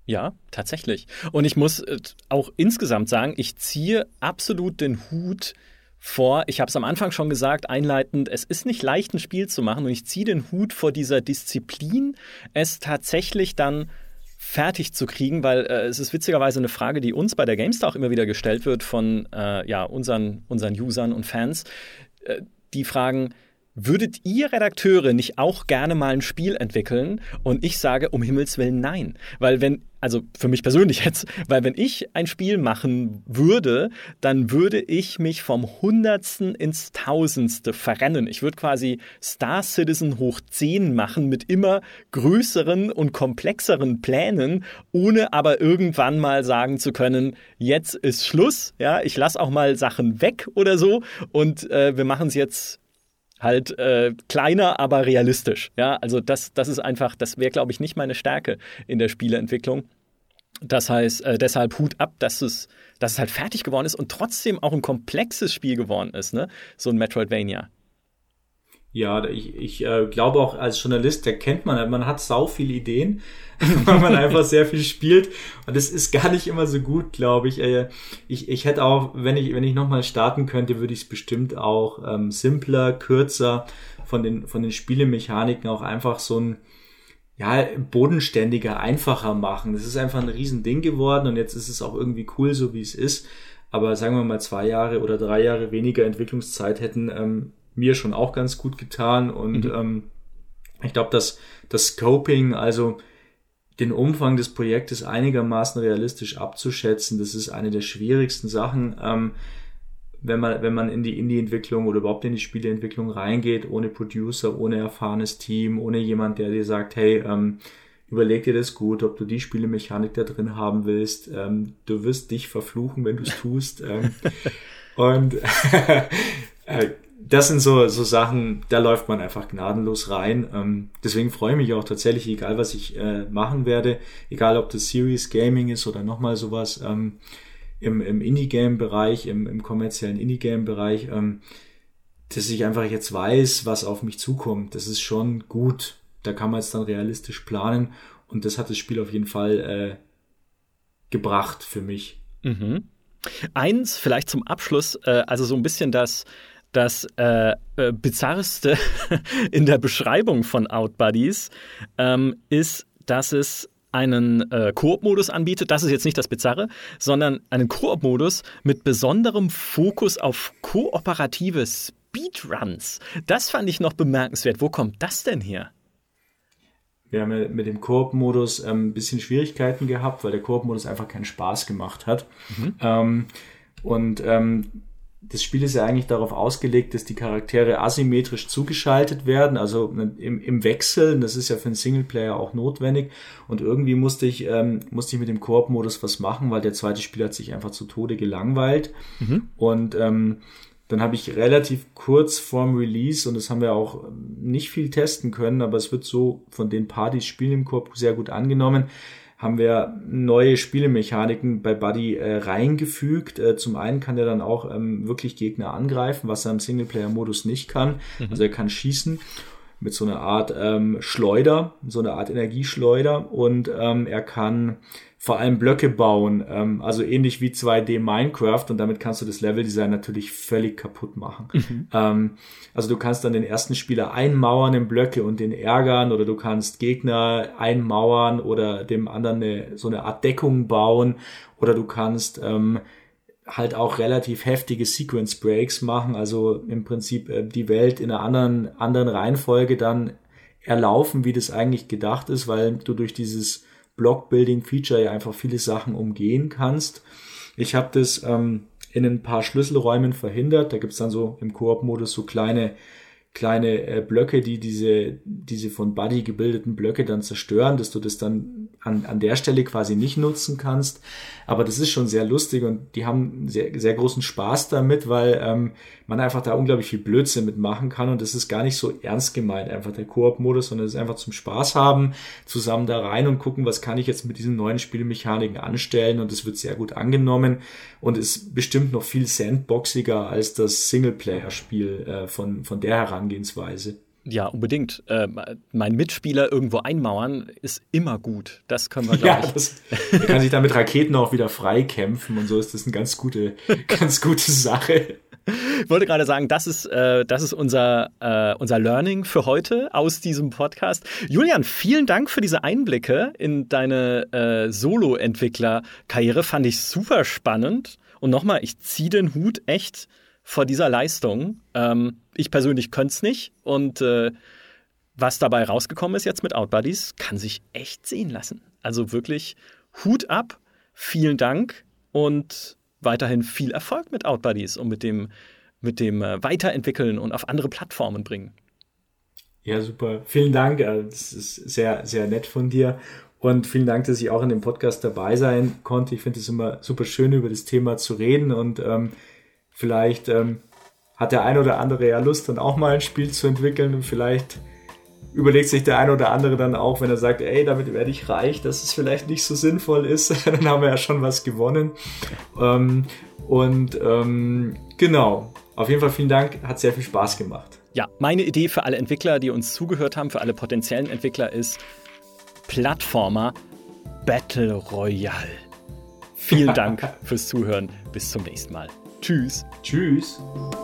Ja, tatsächlich. Und ich muss äh, auch insgesamt sagen, ich ziehe absolut den Hut vor, ich habe es am Anfang schon gesagt, einleitend, es ist nicht leicht, ein Spiel zu machen und ich ziehe den Hut vor dieser Disziplin, es tatsächlich dann fertig zu kriegen, weil äh, es ist witzigerweise eine Frage, die uns bei der GameStar auch immer wieder gestellt wird von äh, ja, unseren, unseren Usern und Fans, äh, die fragen, würdet ihr Redakteure nicht auch gerne mal ein Spiel entwickeln? Und ich sage, um Himmels Willen nein. Weil wenn, also für mich persönlich jetzt, weil wenn ich ein Spiel machen würde, dann würde ich mich vom Hundertsten ins Tausendste verrennen. Ich würde quasi Star Citizen hoch zehn machen mit immer größeren und komplexeren Plänen, ohne aber irgendwann mal sagen zu können, jetzt ist Schluss, ja, ich lasse auch mal Sachen weg oder so und äh, wir machen es jetzt halt äh, kleiner, aber realistisch. Ja, also das, das ist einfach, das wäre, glaube ich, nicht meine Stärke in der Spieleentwicklung. Das heißt, äh, deshalb Hut ab, dass es, dass es halt fertig geworden ist und trotzdem auch ein komplexes Spiel geworden ist, ne? So ein Metroidvania. Ja, ich, ich äh, glaube auch als Journalist, der kennt man, man hat sau viele Ideen, weil man einfach sehr viel spielt und es ist gar nicht immer so gut, glaube ich. Äh, ich. Ich hätte auch, wenn ich wenn ich nochmal starten könnte, würde ich es bestimmt auch ähm, simpler, kürzer, von den von den Spielemechaniken auch einfach so ein ja bodenständiger, einfacher machen. Das ist einfach ein Riesending geworden und jetzt ist es auch irgendwie cool, so wie es ist. Aber sagen wir mal zwei Jahre oder drei Jahre weniger Entwicklungszeit hätten ähm, mir schon auch ganz gut getan und mhm. ähm, ich glaube, dass das Scoping, also den Umfang des Projektes einigermaßen realistisch abzuschätzen, das ist eine der schwierigsten Sachen, ähm, wenn man wenn man in die Indie-Entwicklung oder überhaupt in die Spieleentwicklung reingeht, ohne Producer, ohne erfahrenes Team, ohne jemand, der dir sagt, hey, ähm, überleg dir das gut, ob du die Spielemechanik da drin haben willst, ähm, du wirst dich verfluchen, wenn du es tust ähm, und äh, das sind so so Sachen, da läuft man einfach gnadenlos rein. Ähm, deswegen freue ich mich auch tatsächlich, egal was ich äh, machen werde, egal ob das Serious Gaming ist oder nochmal sowas ähm, im, im Indie-Game-Bereich, im, im kommerziellen Indie-Game-Bereich, ähm, dass ich einfach jetzt weiß, was auf mich zukommt. Das ist schon gut. Da kann man jetzt dann realistisch planen und das hat das Spiel auf jeden Fall äh, gebracht für mich. Mhm. Eins vielleicht zum Abschluss, äh, also so ein bisschen das Das äh, äh, Bizarreste in der Beschreibung von Outbuddies ähm, ist, dass es einen äh, Koop-Modus anbietet. Das ist jetzt nicht das Bizarre, sondern einen Koop-Modus mit besonderem Fokus auf kooperative Speedruns. Das fand ich noch bemerkenswert. Wo kommt das denn her? Wir haben mit dem Koop-Modus ähm, ein bisschen Schwierigkeiten gehabt, weil der Koop-Modus einfach keinen Spaß gemacht hat. Mhm. Ähm, und ähm, das Spiel ist ja eigentlich darauf ausgelegt, dass die Charaktere asymmetrisch zugeschaltet werden, also im, im Wechsel. Das ist ja für einen Singleplayer auch notwendig. Und irgendwie musste ich ähm, musste ich mit dem Koop-Modus was machen, weil der zweite Spieler hat sich einfach zu Tode gelangweilt. Mhm. Und ähm, dann habe ich relativ kurz vorm Release, und das haben wir auch nicht viel testen können, aber es wird so von den Partys spielen im Koop sehr gut angenommen, haben wir neue Spielemechaniken bei Buddy äh, reingefügt. Äh, zum einen kann er dann auch ähm, wirklich Gegner angreifen, was er im Singleplayer-Modus nicht kann. Mhm. Also er kann schießen mit so einer Art ähm, Schleuder, so einer Art Energieschleuder, und ähm, er kann vor allem Blöcke bauen, ähm, also ähnlich wie zwei D Minecraft, und damit kannst du das Leveldesign natürlich völlig kaputt machen. Mhm. Ähm, also du kannst dann den ersten Spieler einmauern in Blöcke und den ärgern, oder du kannst Gegner einmauern oder dem anderen eine, so eine Art Deckung bauen, oder du kannst ähm, halt auch relativ heftige Sequence Breaks machen, also im Prinzip äh, die Welt in einer anderen, anderen Reihenfolge dann erlaufen, wie das eigentlich gedacht ist, weil du durch dieses Block-Building-Feature ja einfach viele Sachen umgehen kannst. Ich habe das ähm, in ein paar Schlüsselräumen verhindert. Da gibt's dann so im Koop-Modus so kleine kleine äh, Blöcke, die diese diese von Buddy gebildeten Blöcke dann zerstören, dass du das dann an an der Stelle quasi nicht nutzen kannst. Aber das ist schon sehr lustig, und die haben sehr sehr großen Spaß damit, weil ähm, man einfach da unglaublich viel Blödsinn mitmachen kann, und das ist gar nicht so ernst gemeint, einfach der Koop-Modus, sondern es ist einfach zum Spaß haben, zusammen da rein und gucken, was kann ich jetzt mit diesen neuen Spielmechaniken anstellen, und es wird sehr gut angenommen und ist bestimmt noch viel sandboxiger als das Singleplayer-Spiel äh, von von der Herangehensweise. Ja, unbedingt. Äh, mein Mitspieler irgendwo einmauern ist immer gut. Das können wir, glaube ja, ich. Das, er kann sich dann mit Raketen auch wieder freikämpfen und so ist das eine ganz gute, ganz gute Sache. Ich wollte gerade sagen, das ist, äh, das ist unser, äh, unser Learning für heute aus diesem Podcast. Julian, vielen Dank für diese Einblicke in deine äh, Solo-Entwickler-Karriere. Fand ich super spannend. Und nochmal, ich ziehe den Hut echt vor dieser Leistung. Ähm, ich persönlich könnte es nicht. Und äh, was dabei rausgekommen ist jetzt mit Outbuddies, kann sich echt sehen lassen. Also wirklich Hut ab, vielen Dank und weiterhin viel Erfolg mit Outbuddies und mit dem, mit dem äh, Weiterentwickeln und auf andere Plattformen bringen. Ja, super. Vielen Dank. Das ist sehr, sehr nett von dir. Und vielen Dank, dass ich auch in dem Podcast dabei sein konnte. Ich finde es immer super schön, über das Thema zu reden. Und ähm, vielleicht ähm, hat der ein oder andere ja Lust, dann auch mal ein Spiel zu entwickeln. Und vielleicht überlegt sich der ein oder andere dann auch, wenn er sagt, ey, damit werde ich reich, dass es vielleicht nicht so sinnvoll ist, dann haben wir ja schon was gewonnen. Ähm, und ähm, genau, auf jeden Fall vielen Dank, hat sehr viel Spaß gemacht. Ja, meine Idee für alle Entwickler, die uns zugehört haben, für alle potenziellen Entwickler ist Plattformer Battle Royale. Vielen Dank fürs Zuhören, bis zum nächsten Mal. Tschüss. Tschüss.